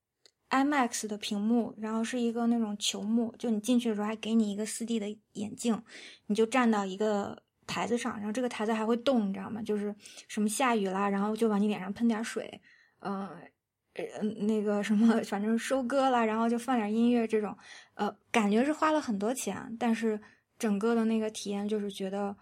C: IMAX 的屏幕，然后是一个那种球幕，就你进去的时候还给你一个 4D 的眼镜，你就站到一个台子上，然后这个台子还会动，你知道吗？就是什么下雨啦，然后就往你脸上喷点水，那个什么，反正收割啦，然后就放点音乐这种，感觉是花了很多钱，但是整个的那个体验就是觉得，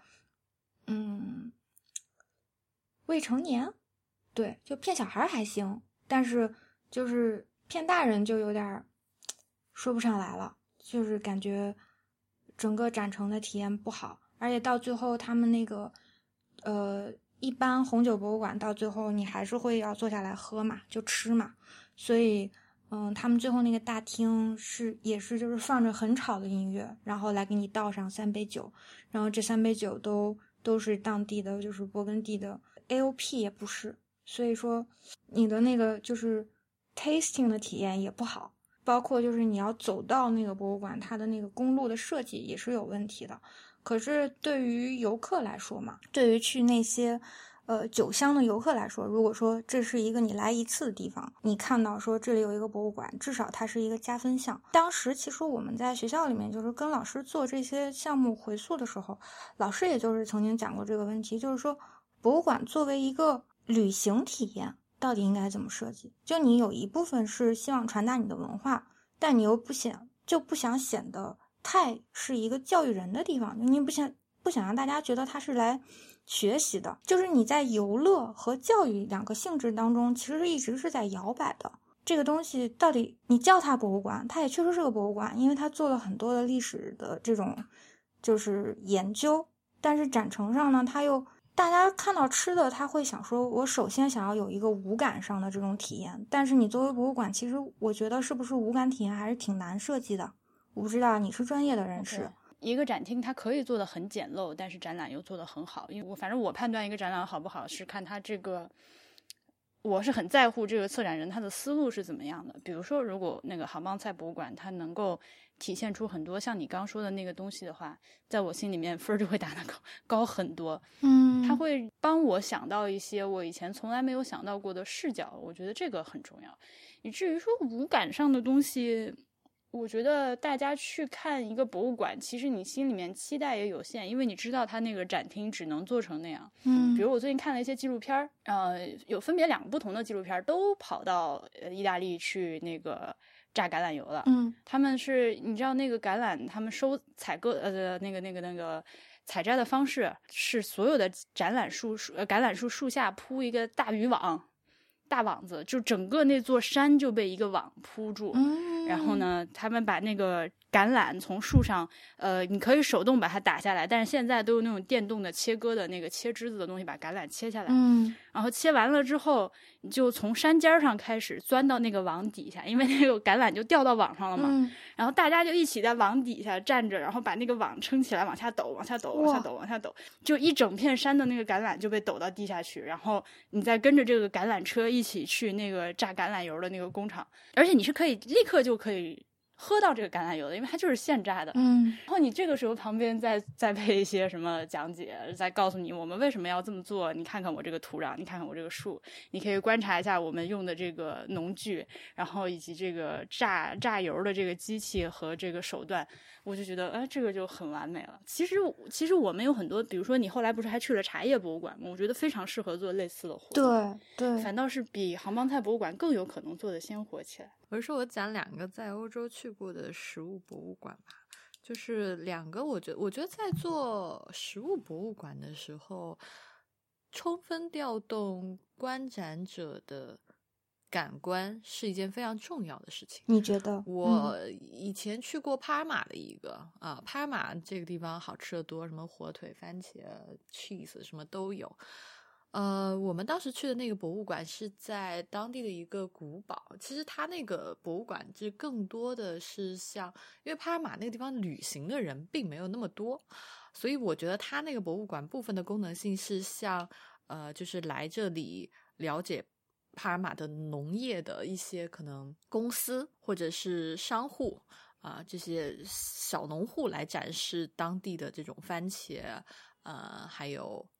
C: 未成年，对，就骗小孩还行，但是就是骗大人就有点说不上来了，就是感觉整个展城的体验不好，而且到最后他们那个一般红酒博物馆到最后你还是会要坐下来喝嘛，就吃嘛，所以他们最后那个大厅也是就是放着很吵的音乐，然后来给你倒上3杯酒，然后这3杯酒都是当地的就是勃艮第的 AOP 也不是，所以说你的那个就是 tasting 的体验也不好，包括就是你要走到那个博物馆，它的那个公路的设计也是有问题的。可是对于游客来说嘛，对于去那些酒乡的游客来说，如果说这是一个你来一次的地方，你看到说这里有一个博物馆，至少它是一个加分项。当时其实我们在学校里面就是跟老师做这些项目回溯的时候，老师也就是曾经讲过这个问题，就是说博物馆作为一个旅行体验到底应该怎么设计，就你有一部分是希望传达你的文化，但你又不想显得太是一个教育人的地方，你不想让大家觉得它是来学习的，就是你在游乐和教育2个性质当中其实一直是在摇摆的。这个东西到底你叫它博物馆，它也确实是个博物馆，因为它做了很多的历史的这种就是研究，但是展城上呢，它又大家看到吃的他会想说我首先想要有一个五感上的这种体验，但是你作为博物馆，其实我觉得是不是五感体验还是挺难设计的。我不知道你是专业的人士。
A: 一个展厅它可以做得很简陋，但是展览又做得很好，因为反正我判断一个展览好不好是看它这个，我是很在乎这个策展人他的思路是怎么样的。比如说如果那个杭邦菜博物馆它能够体现出很多像你刚说的那个东西的话，在我心里面分就会打得高很多。它会帮我想到一些我以前从来没有想到过的视角，我觉得这个很重要。以至于说五感上的东西，我觉得大家去看一个博物馆，其实你心里面期待也有限，因为你知道它那个展厅只能做成那样。比如我最近看了一些纪录片，有分别2个不同的纪录片都跑到意大利去那个榨橄榄油了。他们是你知道那个橄榄，他们采割那个采摘的方式是所有的橄榄树树下铺一个大渔网。大网子，就整个那座山就被一个网铺住。然后呢，他们把那个橄榄从树上，你可以手动把它打下来，但是现在都有那种电动的切割的那个切枝子的东西把橄榄切下来。然后切完了之后，你就从山尖上开始钻到那个网底下，因为那个橄榄就掉到网上了嘛。然后大家就一起在网底下站着，然后把那个网撑起来，往下抖，往下抖，往下抖，往下抖，就一整片山的那个橄榄就被抖到地下去，然后你再跟着这个橄榄车一起去那个榨橄榄油的那个工厂，而且你是可以立刻就可以喝到这个橄榄油的，因为它就是现榨的。然后你这个时候旁边再配一些什么讲解，再告诉你我们为什么要这么做，你看看我这个土壤，你看看我这个树，你可以观察一下我们用的这个农具，然后以及这个榨油的这个机器和这个手段，我就觉得这个就很完美了。其实我们有很多，比如说你后来不是还去了茶叶博物馆吗？我觉得非常适合做类似的活动。对，反倒是比杭邦菜博物馆更有可能做得鲜活起来。
B: 我是说我讲2个在欧洲去过的食物博物馆吧，就是2个我觉得在做食物博物馆的时候，充分调动观展者的感官是一件非常重要的事情。
C: 你觉得？
B: 我以前去过帕尔马的一个帕尔马这个地方好吃的多，什么火腿、番茄、cheese 什么都有。我们当时去的那个博物馆是在当地的一个古堡，其实它那个博物馆就更多的是像，因为帕尔马那个地方旅行的人并没有那么多，所以我觉得它那个博物馆部分的功能性是像就是来这里了解帕尔马的农业的一些可能公司或者是商户这些小农户来展示当地的这种番茄还有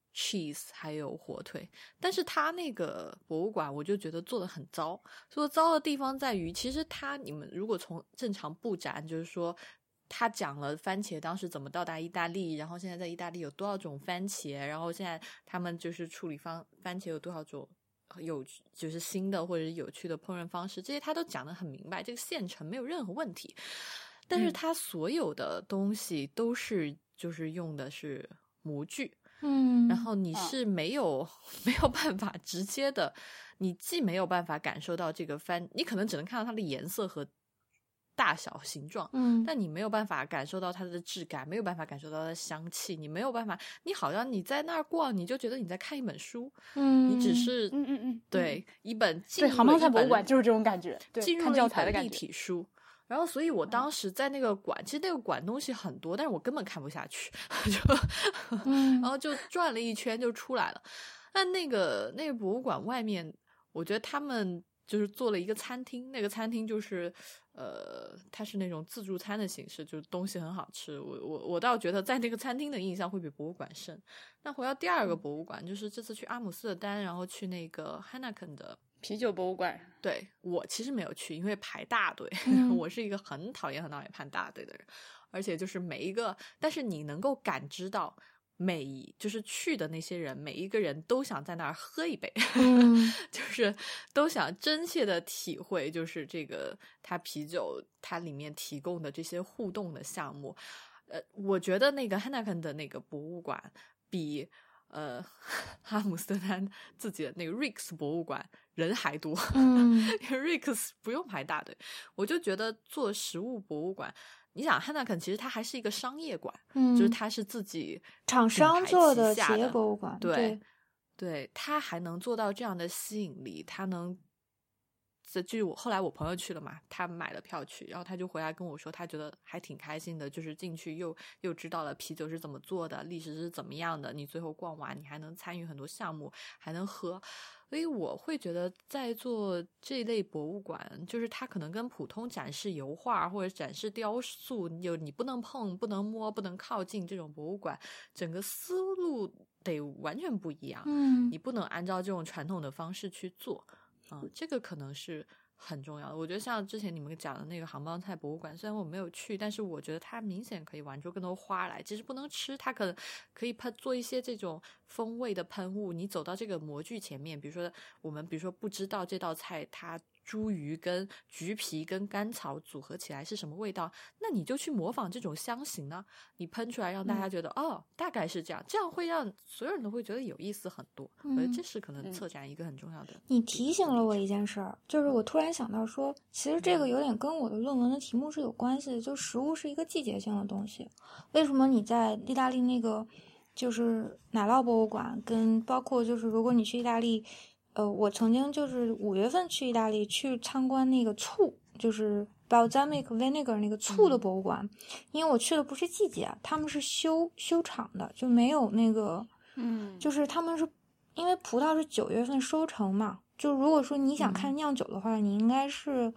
B: cheese 还有火腿，但是他那个博物馆我就觉得做得很糟。做得糟的地方在于，其实你们如果从正常布展，就是说他讲了番茄当时怎么到达意大利，然后现在在意大利有多少种番茄，然后现在他们就是处理番茄有多少种就是新的或者是有趣的烹饪方式，这些他都讲得很明白，这个现成没有任何问题。但是他所有的东西都是就是用的是模具，然后你是没有办法直接的，你既没有办法感受到这个你可能只能看到它的颜色和大小形状，但你没有办法感受到它的质感，没有办法感受到它的香气，你没有办法，你好像你在那儿逛，你就觉得你在看一本书，你只是对一本
A: 对，杭帮菜博物馆就是这种感觉，对，
B: 进入
A: 看教材的
B: 了一本立体书。然后所以我当时在那个馆，其实那个馆东西很多，但是我根本看不下去，然后就转了一圈就出来了。但那个博物馆外面，我觉得他们就是做了一个餐厅，那个餐厅就是它是那种自助餐的形式，就是东西很好吃。我倒觉得在那个餐厅的印象会比博物馆深。那回到第二个博物馆，就是这次去阿姆斯特丹，然后去那个 Heineken 的
A: 啤酒博物馆。
B: 对，我其实没有去，因为排大队。我是一个很讨厌排大队的人，而且就是每一个，但是你能够感知到就是去的那些人，每一个人都想在那儿喝一杯，就是都想真切的体会，就是这个它啤酒它里面提供的这些互动的项目。我觉得那个 Heineken 的那个博物馆比阿姆斯特丹自己的那个 Rijks 博物馆人还多，因为 Rijks 不用排大队。我就觉得做食物博物馆，你想 Heineken 其实它还是一个商业馆，就是它是自己
C: 厂商做的企业博物馆，
B: 对，它还能做到这样的吸引力，它能。后来我朋友去了嘛，他买了票去，然后他就回来跟我说，他觉得还挺开心的，就是进去又知道了啤酒是怎么做的，历史是怎么样的，你最后逛完你还能参与很多项目，还能喝。所以我会觉得在做这类博物馆，就是它可能跟普通展示油画或者展示雕塑，你不能碰、不能摸、不能靠近这种博物馆，整个思路得完全不一样。你不能按照这种传统的方式去做。这个可能是很重要的。我觉得像之前你们讲的那个杭帮菜博物馆，虽然我没有去，但是我觉得它明显可以玩出更多花来。即使不能吃，它可以做一些这种风味的喷雾。你走到这个模具前面，比如说我们不知道这道菜它茱萸跟橘皮跟甘草组合起来是什么味道，那你就去模仿这种香型啊，你喷出来让大家觉得大概是这样，这样会让所有人都会觉得有意思很多。我觉得这是可能策展一个很重要的。
C: 你提醒了我一件事儿，就是我突然想到说，其实这个有点跟我的论文的题目是有关系的，就食物是一个季节性的东西。为什么你在意大利那个就是奶酪博物馆，跟包括就是如果你去意大利，我曾经就是5月份去意大利去参观那个醋，就是 balsamic vinegar 那个醋的博物馆，因为我去的不是季节，他们是修厂的，就没有那个，就是他们是因为葡萄是9月份收成嘛，就如果说你想看酿酒的话，你应该是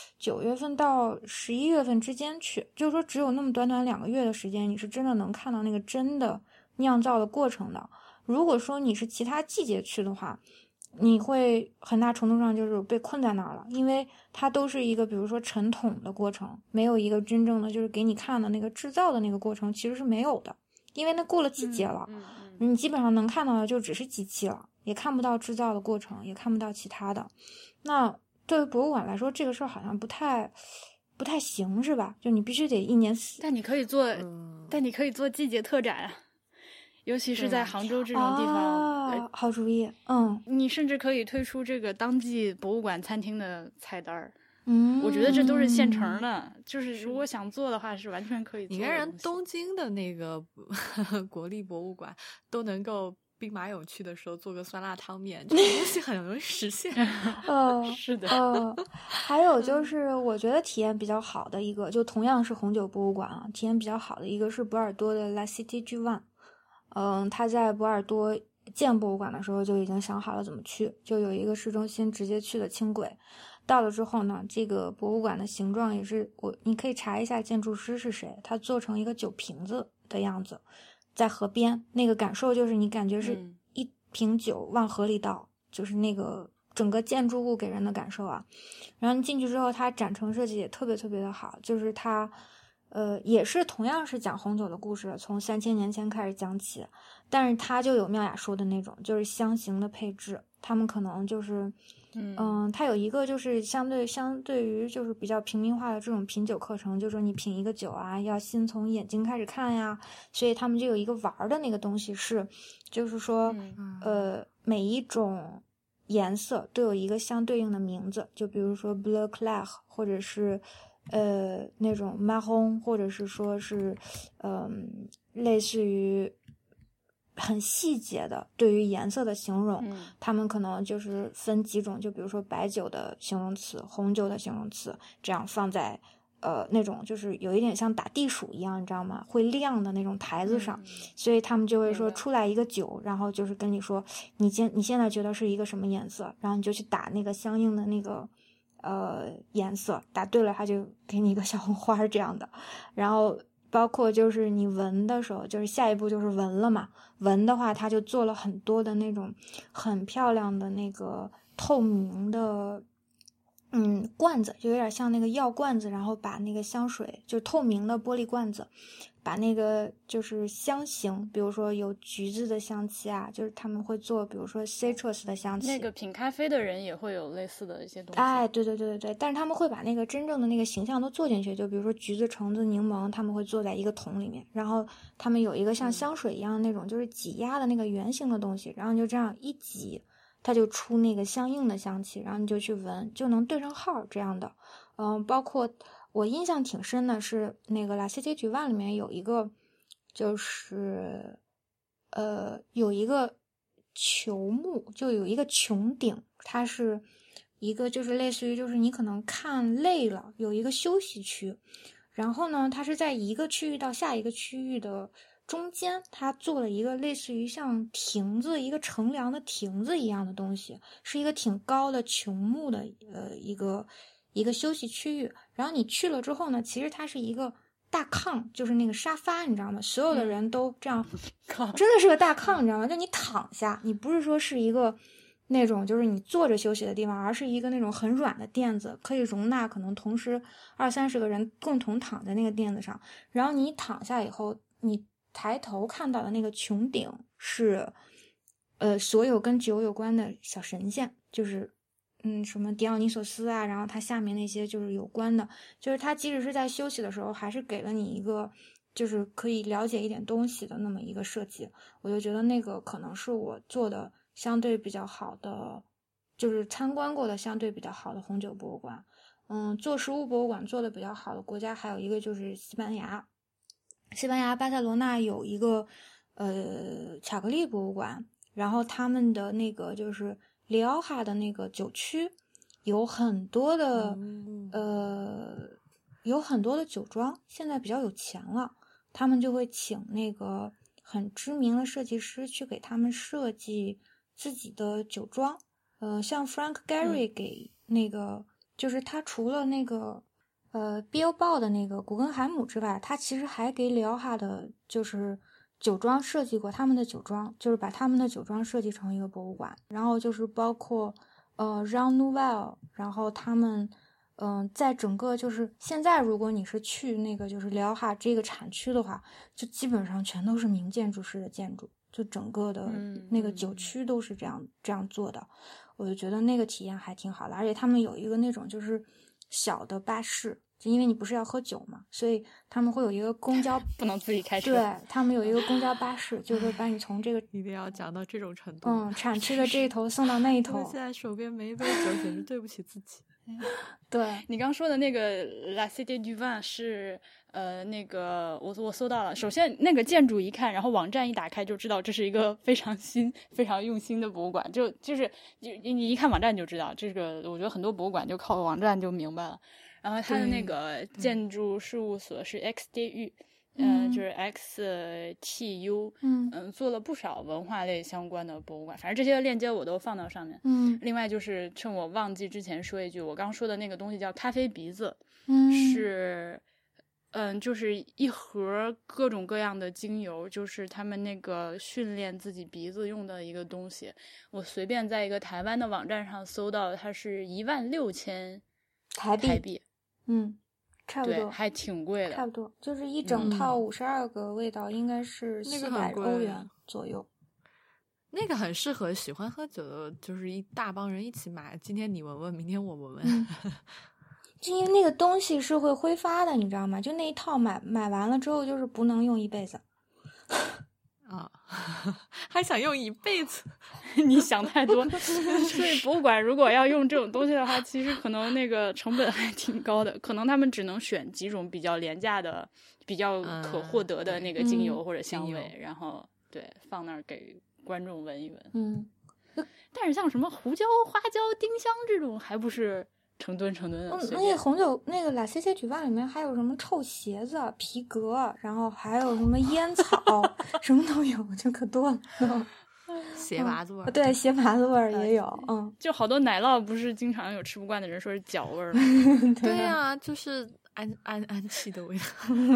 C: 9月份到11月份之间去，就是说只有那么短短2个月的时间，你是真的能看到那个真的酿造的过程的。如果说你是其他季节去的话，你会很大程度上就是被困在那儿了，因为它都是一个比如说沉桶的过程，没有一个真正的就是给你看的那个制造的那个过程其实是没有的，因为那过了季节了，你基本上能看到的就只是机器了，也看不到制造的过程，也看不到其他的。那对于博物馆来说，这个事儿好像不太行，是吧？就你必须得1年4。
A: 但你可以做季节特展啊。尤其是在杭州这种地方，
C: 好主意。
A: 你甚至可以推出这个当季博物馆餐厅的菜单儿。我觉得这都是现成的，就是如果想做的话，是完全可以做的。
B: 你看人东京的那个国立博物馆都能够兵马俑去的时候做个酸辣汤面，这个东西很容易实现。
A: 是的。
C: 还有就是我觉得体验比较好的一个，就同样是红酒博物馆啊，体验比较好的一个是波尔多的 La Cité Giovanni。他在波尔多建博物馆的时候就已经想好了怎么去，就有一个市中心直接去的轻轨。到了之后呢，这个博物馆的形状也是你可以查一下建筑师是谁，他做成一个酒瓶子的样子， 在河边，那个感受就是你感觉是一瓶酒往河里倒，就是那个整个建筑物给人的感受啊。然后你进去之后，它展陈设计也特别特别的好，就是它也是同样是讲红酒的故事，从3000年前开始讲起，但是它就有妙雅说的那种，就是箱型的配置，他们可能就是它有一个就是相对于就是比较平民化的这种品酒课程，就是你品一个酒啊，要先从眼睛开始看呀，所以他们就有一个玩的那个东西是，就是说每一种颜色都有一个相对应的名字，就比如说 bleu clair 或者是那种 marron， 或者是说是类似于很细节的对于颜色的形容，他们可能就是分几种，就比如说白酒的形容词、红酒的形容词，这样放在那种就是有一点像打地鼠一样，你知道吗？会亮的那种台子上，所以他们就会说出来一个酒，然后就是跟你说你现在觉得是一个什么颜色，然后你就去打那个相应的那个颜色，打对了他就给你一个小红花这样的，然后包括就是你闻的时候，就是下一步就是闻了嘛，闻的话他就做了很多的那种很漂亮的那个透明的罐子，就有点像那个药罐子，然后把那个香水就透明的玻璃罐子，把那个就是香型，比如说有橘子的香气啊，就是他们会做比如说 citrus 的香气。
A: 那个品咖啡的人也会有类似的一些东西。
C: 哎，对，但是他们会把那个真正的那个形象都做进去，就比如说橘子、橙子、柠檬，他们会做在一个桶里面，然后他们有一个像香水一样的那种就是挤压的那个圆形的东西，然后就这样一挤，它就出那个相应的香气，然后你就去闻，就能对上号这样的。包括我印象挺深的是那个 La Cité du Vin 里面有一个就是有一个球幕，就有一个穹顶，它是一个就是类似于就是你可能看累了有一个休息区，然后呢它是在一个区域到下一个区域的中间，它做了一个类似于像亭子，一个乘凉的亭子一样的东西，是一个挺高的穹幕的一个休息区域。然后你去了之后呢，其实它是一个大炕，就是那个沙发，你知道吗？所有的人都这样，真的是个大炕，你知道吗？就你躺下，你不是说是一个那种就是你坐着休息的地方，而是一个那种很软的垫子，可以容纳可能同时20-30个人共同躺在那个垫子上。然后你躺下以后，你抬头看到的那个穹顶是所有跟酒有关的小神仙，就是什么狄奥尼索斯啊，然后它下面那些就是有关的，就是它即使是在休息的时候，还是给了你一个就是可以了解一点东西的那么一个设计。我就觉得那个可能是我做的相对比较好的，就是参观过的相对比较好的红酒博物馆。做食物博物馆做的比较好的国家还有一个就是西班牙巴塞罗那有一个巧克力博物馆，然后他们的那个就是里奥哈的那个酒区有很多的酒庄，现在比较有钱了，他们就会请那个很知名的设计师去给他们设计自己的酒庄。像 Frank Gehry 给那个就是他除了那个Bilbao 的那个古根海姆之外，他其实还给里奥哈的就是酒庄设计过他们的酒庄，就是把他们的酒庄设计成一个博物馆。然后就是包括Jean Nouvel， 然后他们在整个就是现在如果你是去那个就是里奥哈这个产区的话，就基本上全都是名建筑式的建筑，就整个的那个酒区都是这样做的。我就觉得那个体验还挺好的，而且他们有一个那种就是小的巴士，就因为你不是要喝酒嘛，所以他们会有一个公交
A: 不能自己开车，
C: 对，他们有一个公交巴士，就是把你从这个
B: 一定要讲到这种程度，
C: 产区的这一头送到那一头。
B: 现在手边没一杯酒，简直对不起自己。
C: 对，
A: 你刚说的那个 La Cité du Vin 是那个我搜到了，首先那个建筑一看，然后网站一打开就知道这是一个非常非常用心的博物馆，就是你一看网站就知道，这个我觉得很多博物馆就靠网站就明白了。然后它的那个建筑事务所是 XDU，就是 XTU， 做了不少文化类相关的博物馆，反正这些链接我都放到上面。另外就是趁我忘记之前说一句，我刚说的那个东西叫咖啡鼻子，是就是一盒各种各样的精油，就是他们那个训练自己鼻子用的一个东西。我随便在一个台湾的网站上搜到，它是16000台币。
C: 差不多，
A: 对，还挺贵的。
C: 差不多，就是一整套52个味道，应该是400欧元左右。
B: 那个很适合喜欢喝酒的，就是一大帮人一起买。今天你闻闻，明天我闻闻。
C: 因为那个东西是会挥发的，你知道吗？就那一套买完了之后，就是不能用一辈子。
B: 啊，还想用一辈子？
A: 你想太多。所以博物馆如果要用这种东西的话，其实可能那个成本还挺高的，可能他们只能选几种比较廉价的、比较可获得的那个精油或者香味，然后对放那儿给观众闻一闻。但是像什么胡椒、花椒、丁香这种，还不是成吨的。
C: 那个红酒，那个拉西切举办里面还有什么臭鞋子、皮革，然后还有什么烟草，什么都有，就可多了。
B: 鞋拔子味儿，
C: 对，鞋拔子味儿也有。就
A: 好多奶酪不是经常有吃不惯的人说是脚味儿吗？
B: 对啊，就是氨气的味道。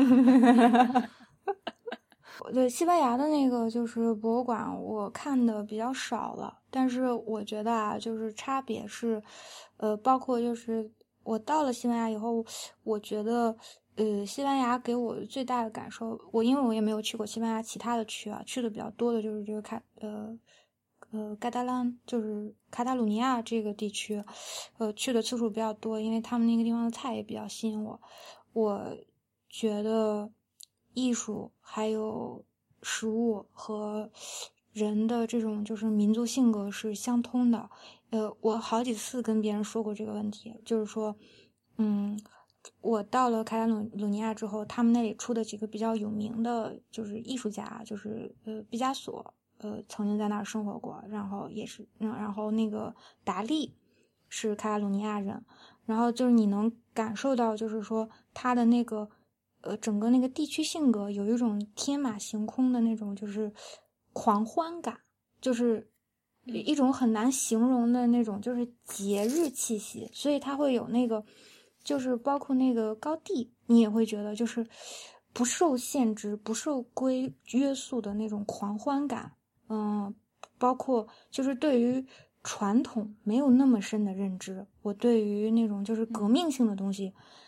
C: 对，西班牙的那个就是博物馆，我看的比较少了，但是我觉得啊，就是差别是，包括就是我到了西班牙以后，我觉得，西班牙给我最大的感受，因为我也没有去过西班牙其他的区啊，去的比较多的就是这个盖达兰，就是卡塔鲁尼亚这个地区，去的次数比较多，因为他们那个地方的菜也比较吸引我。我觉得艺术还有食物和人的这种就是民族性格是相通的。我好几次跟别人说过这个问题，就是说，我到了卡塔鲁尼亚之后，他们那里出的几个比较有名的就是艺术家，就是毕加索，曾经在那儿生活过，然后也是，然后那个达利是卡塔鲁尼亚人，然后就是你能感受到，就是说他的那个整个那个地区性格有一种天马行空的那种就是狂欢感，就是一种很难形容的那种就是节日气息，所以它会有那个就是包括那个高地，你也会觉得就是不受限制、不受约束的那种狂欢感。包括就是对于传统没有那么深的认知，我对于那种就是革命性的东西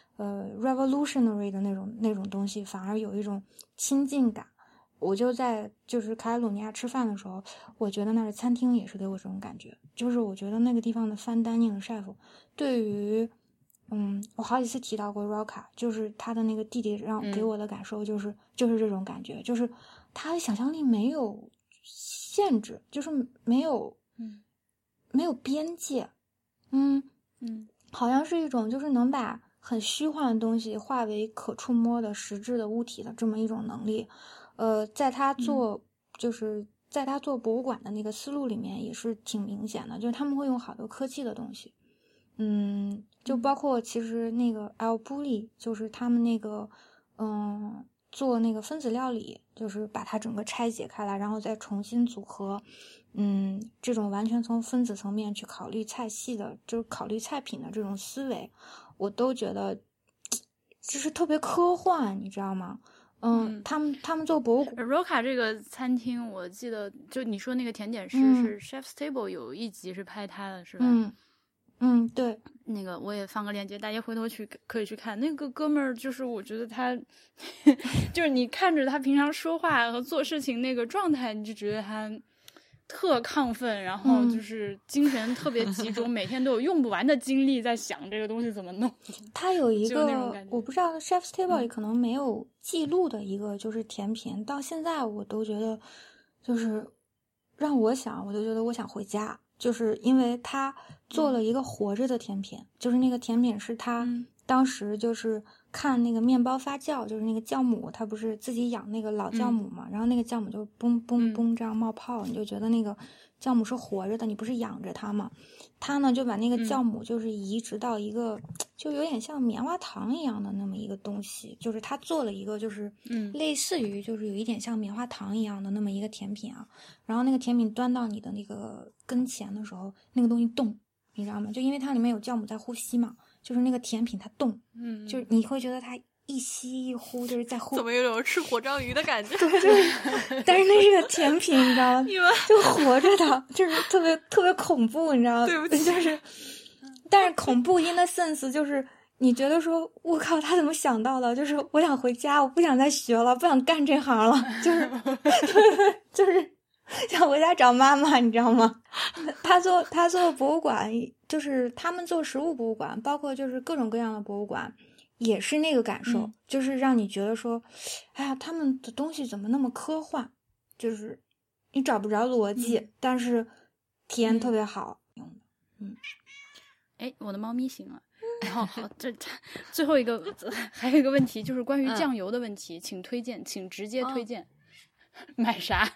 C: revolutionary 的那种东西反而有一种亲近感。我就在就是卡塔鲁尼亚吃饭的时候，我觉得那儿餐厅也是给我这种感觉，就是我觉得那个地方的 fine dining 的 chef 对于我好几次提到过 Roca， 就是他的那个弟弟让给我的感受就是这种感觉，就是他的想象力没有限制，就是没有边界。好像是一种就是能把很虚幻的东西化为可触摸的实质的物体的这么一种能力。在他做博物馆的那个思路里面也是挺明显的，就是他们会用好多科技的东西。就包括其实那个 El Bulli， 就是他们那个做那个分子料理，就是把它整个拆解开来，然后再重新组合。这种完全从分子层面去考虑菜系的，就是考虑菜品的这种思维，我都觉得就是特别科幻，你知道吗？他们做博物馆
A: Roca 这个餐厅，我记得就你说那个甜点师是 Chef's Table 有一集是拍他的，是吧？
C: 对，
A: 那个我也放个链接，大家回头可以去看。那个哥们儿，就是我觉得他，就是你看着他平常说话和做事情那个状态，你就觉得他特亢奋，然后就是精神特别集中，每天都有用不完的精力在想这个东西怎么弄。
C: 他有一个我不知道 Chef's Table 里可能没有记录的一个就是甜品，到现在我都觉得就是让我想，我就觉得我想回家。就是因为他做了一个活着的甜品，就是那个甜品是他当时就是看那个面包发酵，就是那个酵母，他不是自己养那个老酵母嘛，然后那个酵母就嘣嘣嘣这样冒泡，你就觉得那个酵母是活着的，你不是养着它吗？他呢就把那个酵母就是移植到一个就有点像棉花糖一样的那么一个东西，就是他做了一个就是类似于就是有一点像棉花糖一样的那么一个甜品啊，然后那个甜品端到你的那个跟前的时候，那个东西动，你知道吗？就因为它里面有酵母在呼吸嘛，就是那个甜品它动，就是你会觉得它一吸一呼，就是在呼。
B: 怎么有种吃活章鱼的感觉？
C: 对，但是那是个甜品，你知道吗？就活着的，就是特别恐怖，你知道吗？
B: 对不起，
C: 就是，但是恐怖 in the sense 就是你觉得说，我靠，他怎么想到的？就是我想回家，我不想再学了，不想干这行了，就是想回家找妈妈，你知道吗？他做博物馆，就是他们做食物博物馆，包括就是各种各样的博物馆，也是那个感受，就是让你觉得说，哎呀，他们的东西怎么那么科幻？就是你找不着逻辑，但是体验特别好。
A: 哎，我的猫咪醒了。然后好，这最后一个还有一个问题，就是关于酱油的问题，请推荐，请直接推荐，买啥？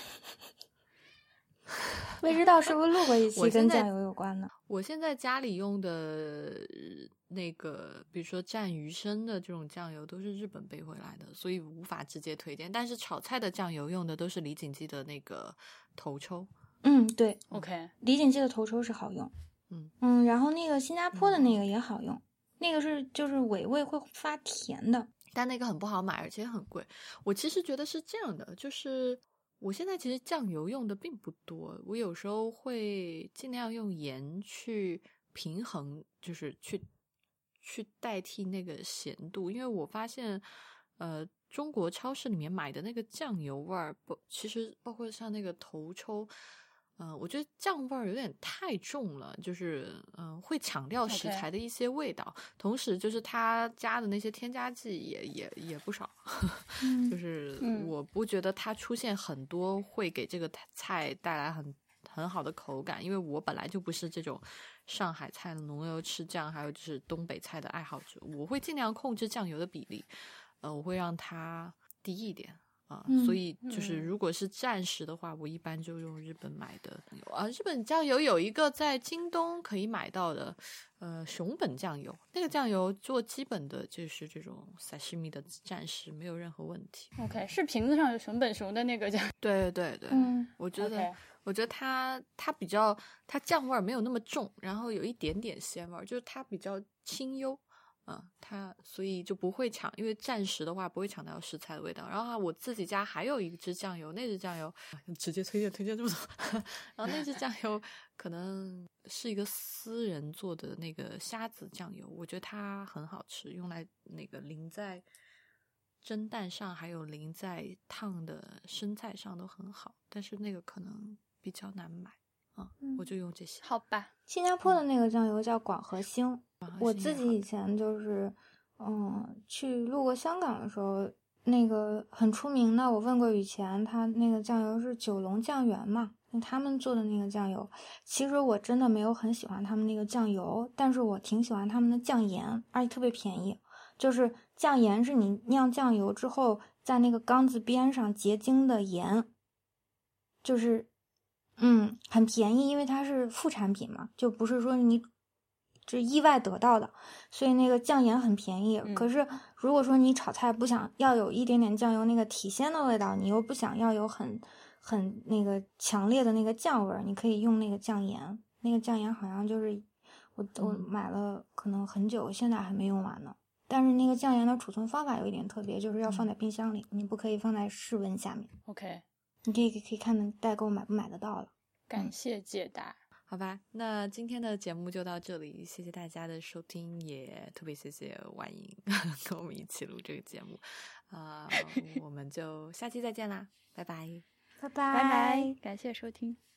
C: 未知道是不是录过一期跟酱油有关的？
B: 我现在家里用的那个，比如说蘸鱼生的这种酱油，都是日本背回来的，所以无法直接推荐。但是炒菜的酱油用的都是李锦记的那个头抽。
C: 对
A: ，OK，
C: 李锦记的头抽是好用。然后那个新加坡的那个也好用，那个是就是尾味会发甜的，
B: 但那个很不好买，而且很贵。我其实觉得是这样的，就是我现在其实酱油用的并不多，我有时候会尽量用盐去平衡，就是去代替那个咸度，因为我发现中国超市里面买的那个酱油味儿，其实包括像那个头抽。我觉得酱味儿有点太重了，就是会强调食材的一些味道，同时就是它加的那些添加剂也不少，就是我不觉得它出现很多会给这个菜带来很好的口感，因为我本来就不是这种上海菜浓油赤酱，还有就是东北菜的爱好者，我会尽量控制酱油的比例，我会让它低一点。所以就是如果是蘸食的话，我一般就用日本买的日本酱油有一个在京东可以买到的熊本酱油，那个酱油做基本的就是这种sashimi的蘸食没有任何问题。
A: OK， 是瓶子上有熊本熊的那个酱。
B: 对，我觉得它比较，它酱味没有那么重，然后有一点点鲜味，就是它比较清幽。它所以就不会抢，因为蘸食的话不会抢到食材的味道。然后我自己家还有一支酱油，那支酱油直接推荐这么多然后那支酱油可能是一个私人做的那个虾子酱油，我觉得它很好吃，用来那个淋在蒸蛋上，还有淋在烫的生菜上都很好，但是那个可能比较难买我就用这些。
A: 好吧，
C: 新加坡的那个酱油叫广和兴，我自己以前就是去路过香港的时候，那个很出名的，我问过雨前，他那个酱油是九龙酱园嘛，他们做的那个酱油，其实我真的没有很喜欢他们那个酱油，但是我挺喜欢他们的酱盐，而且特别便宜。就是酱盐是你酿酱油之后在那个缸子边上结晶的盐，就是很便宜，因为它是副产品嘛，就不是说你是意外得到的，所以那个酱盐很便宜。可是如果说你炒菜不想要有一点点酱油那个体鲜的味道，你又不想要有很那个强烈的那个酱味，你可以用那个酱盐。那个酱盐好像就是我买了可能很久，现在还没用完呢。但是那个酱盐的储存方法有一点特别，就是要放在冰箱里，你不可以放在室温下面。
A: OK，
C: 你可以看代购买不买得到了。
A: 感谢解答。
B: 好吧，那今天的节目就到这里，谢谢大家的收听，也特别谢谢婉莹跟我们一起录这个节目我们就下期再见啦，拜拜，
C: 拜
A: 拜拜，感谢收听。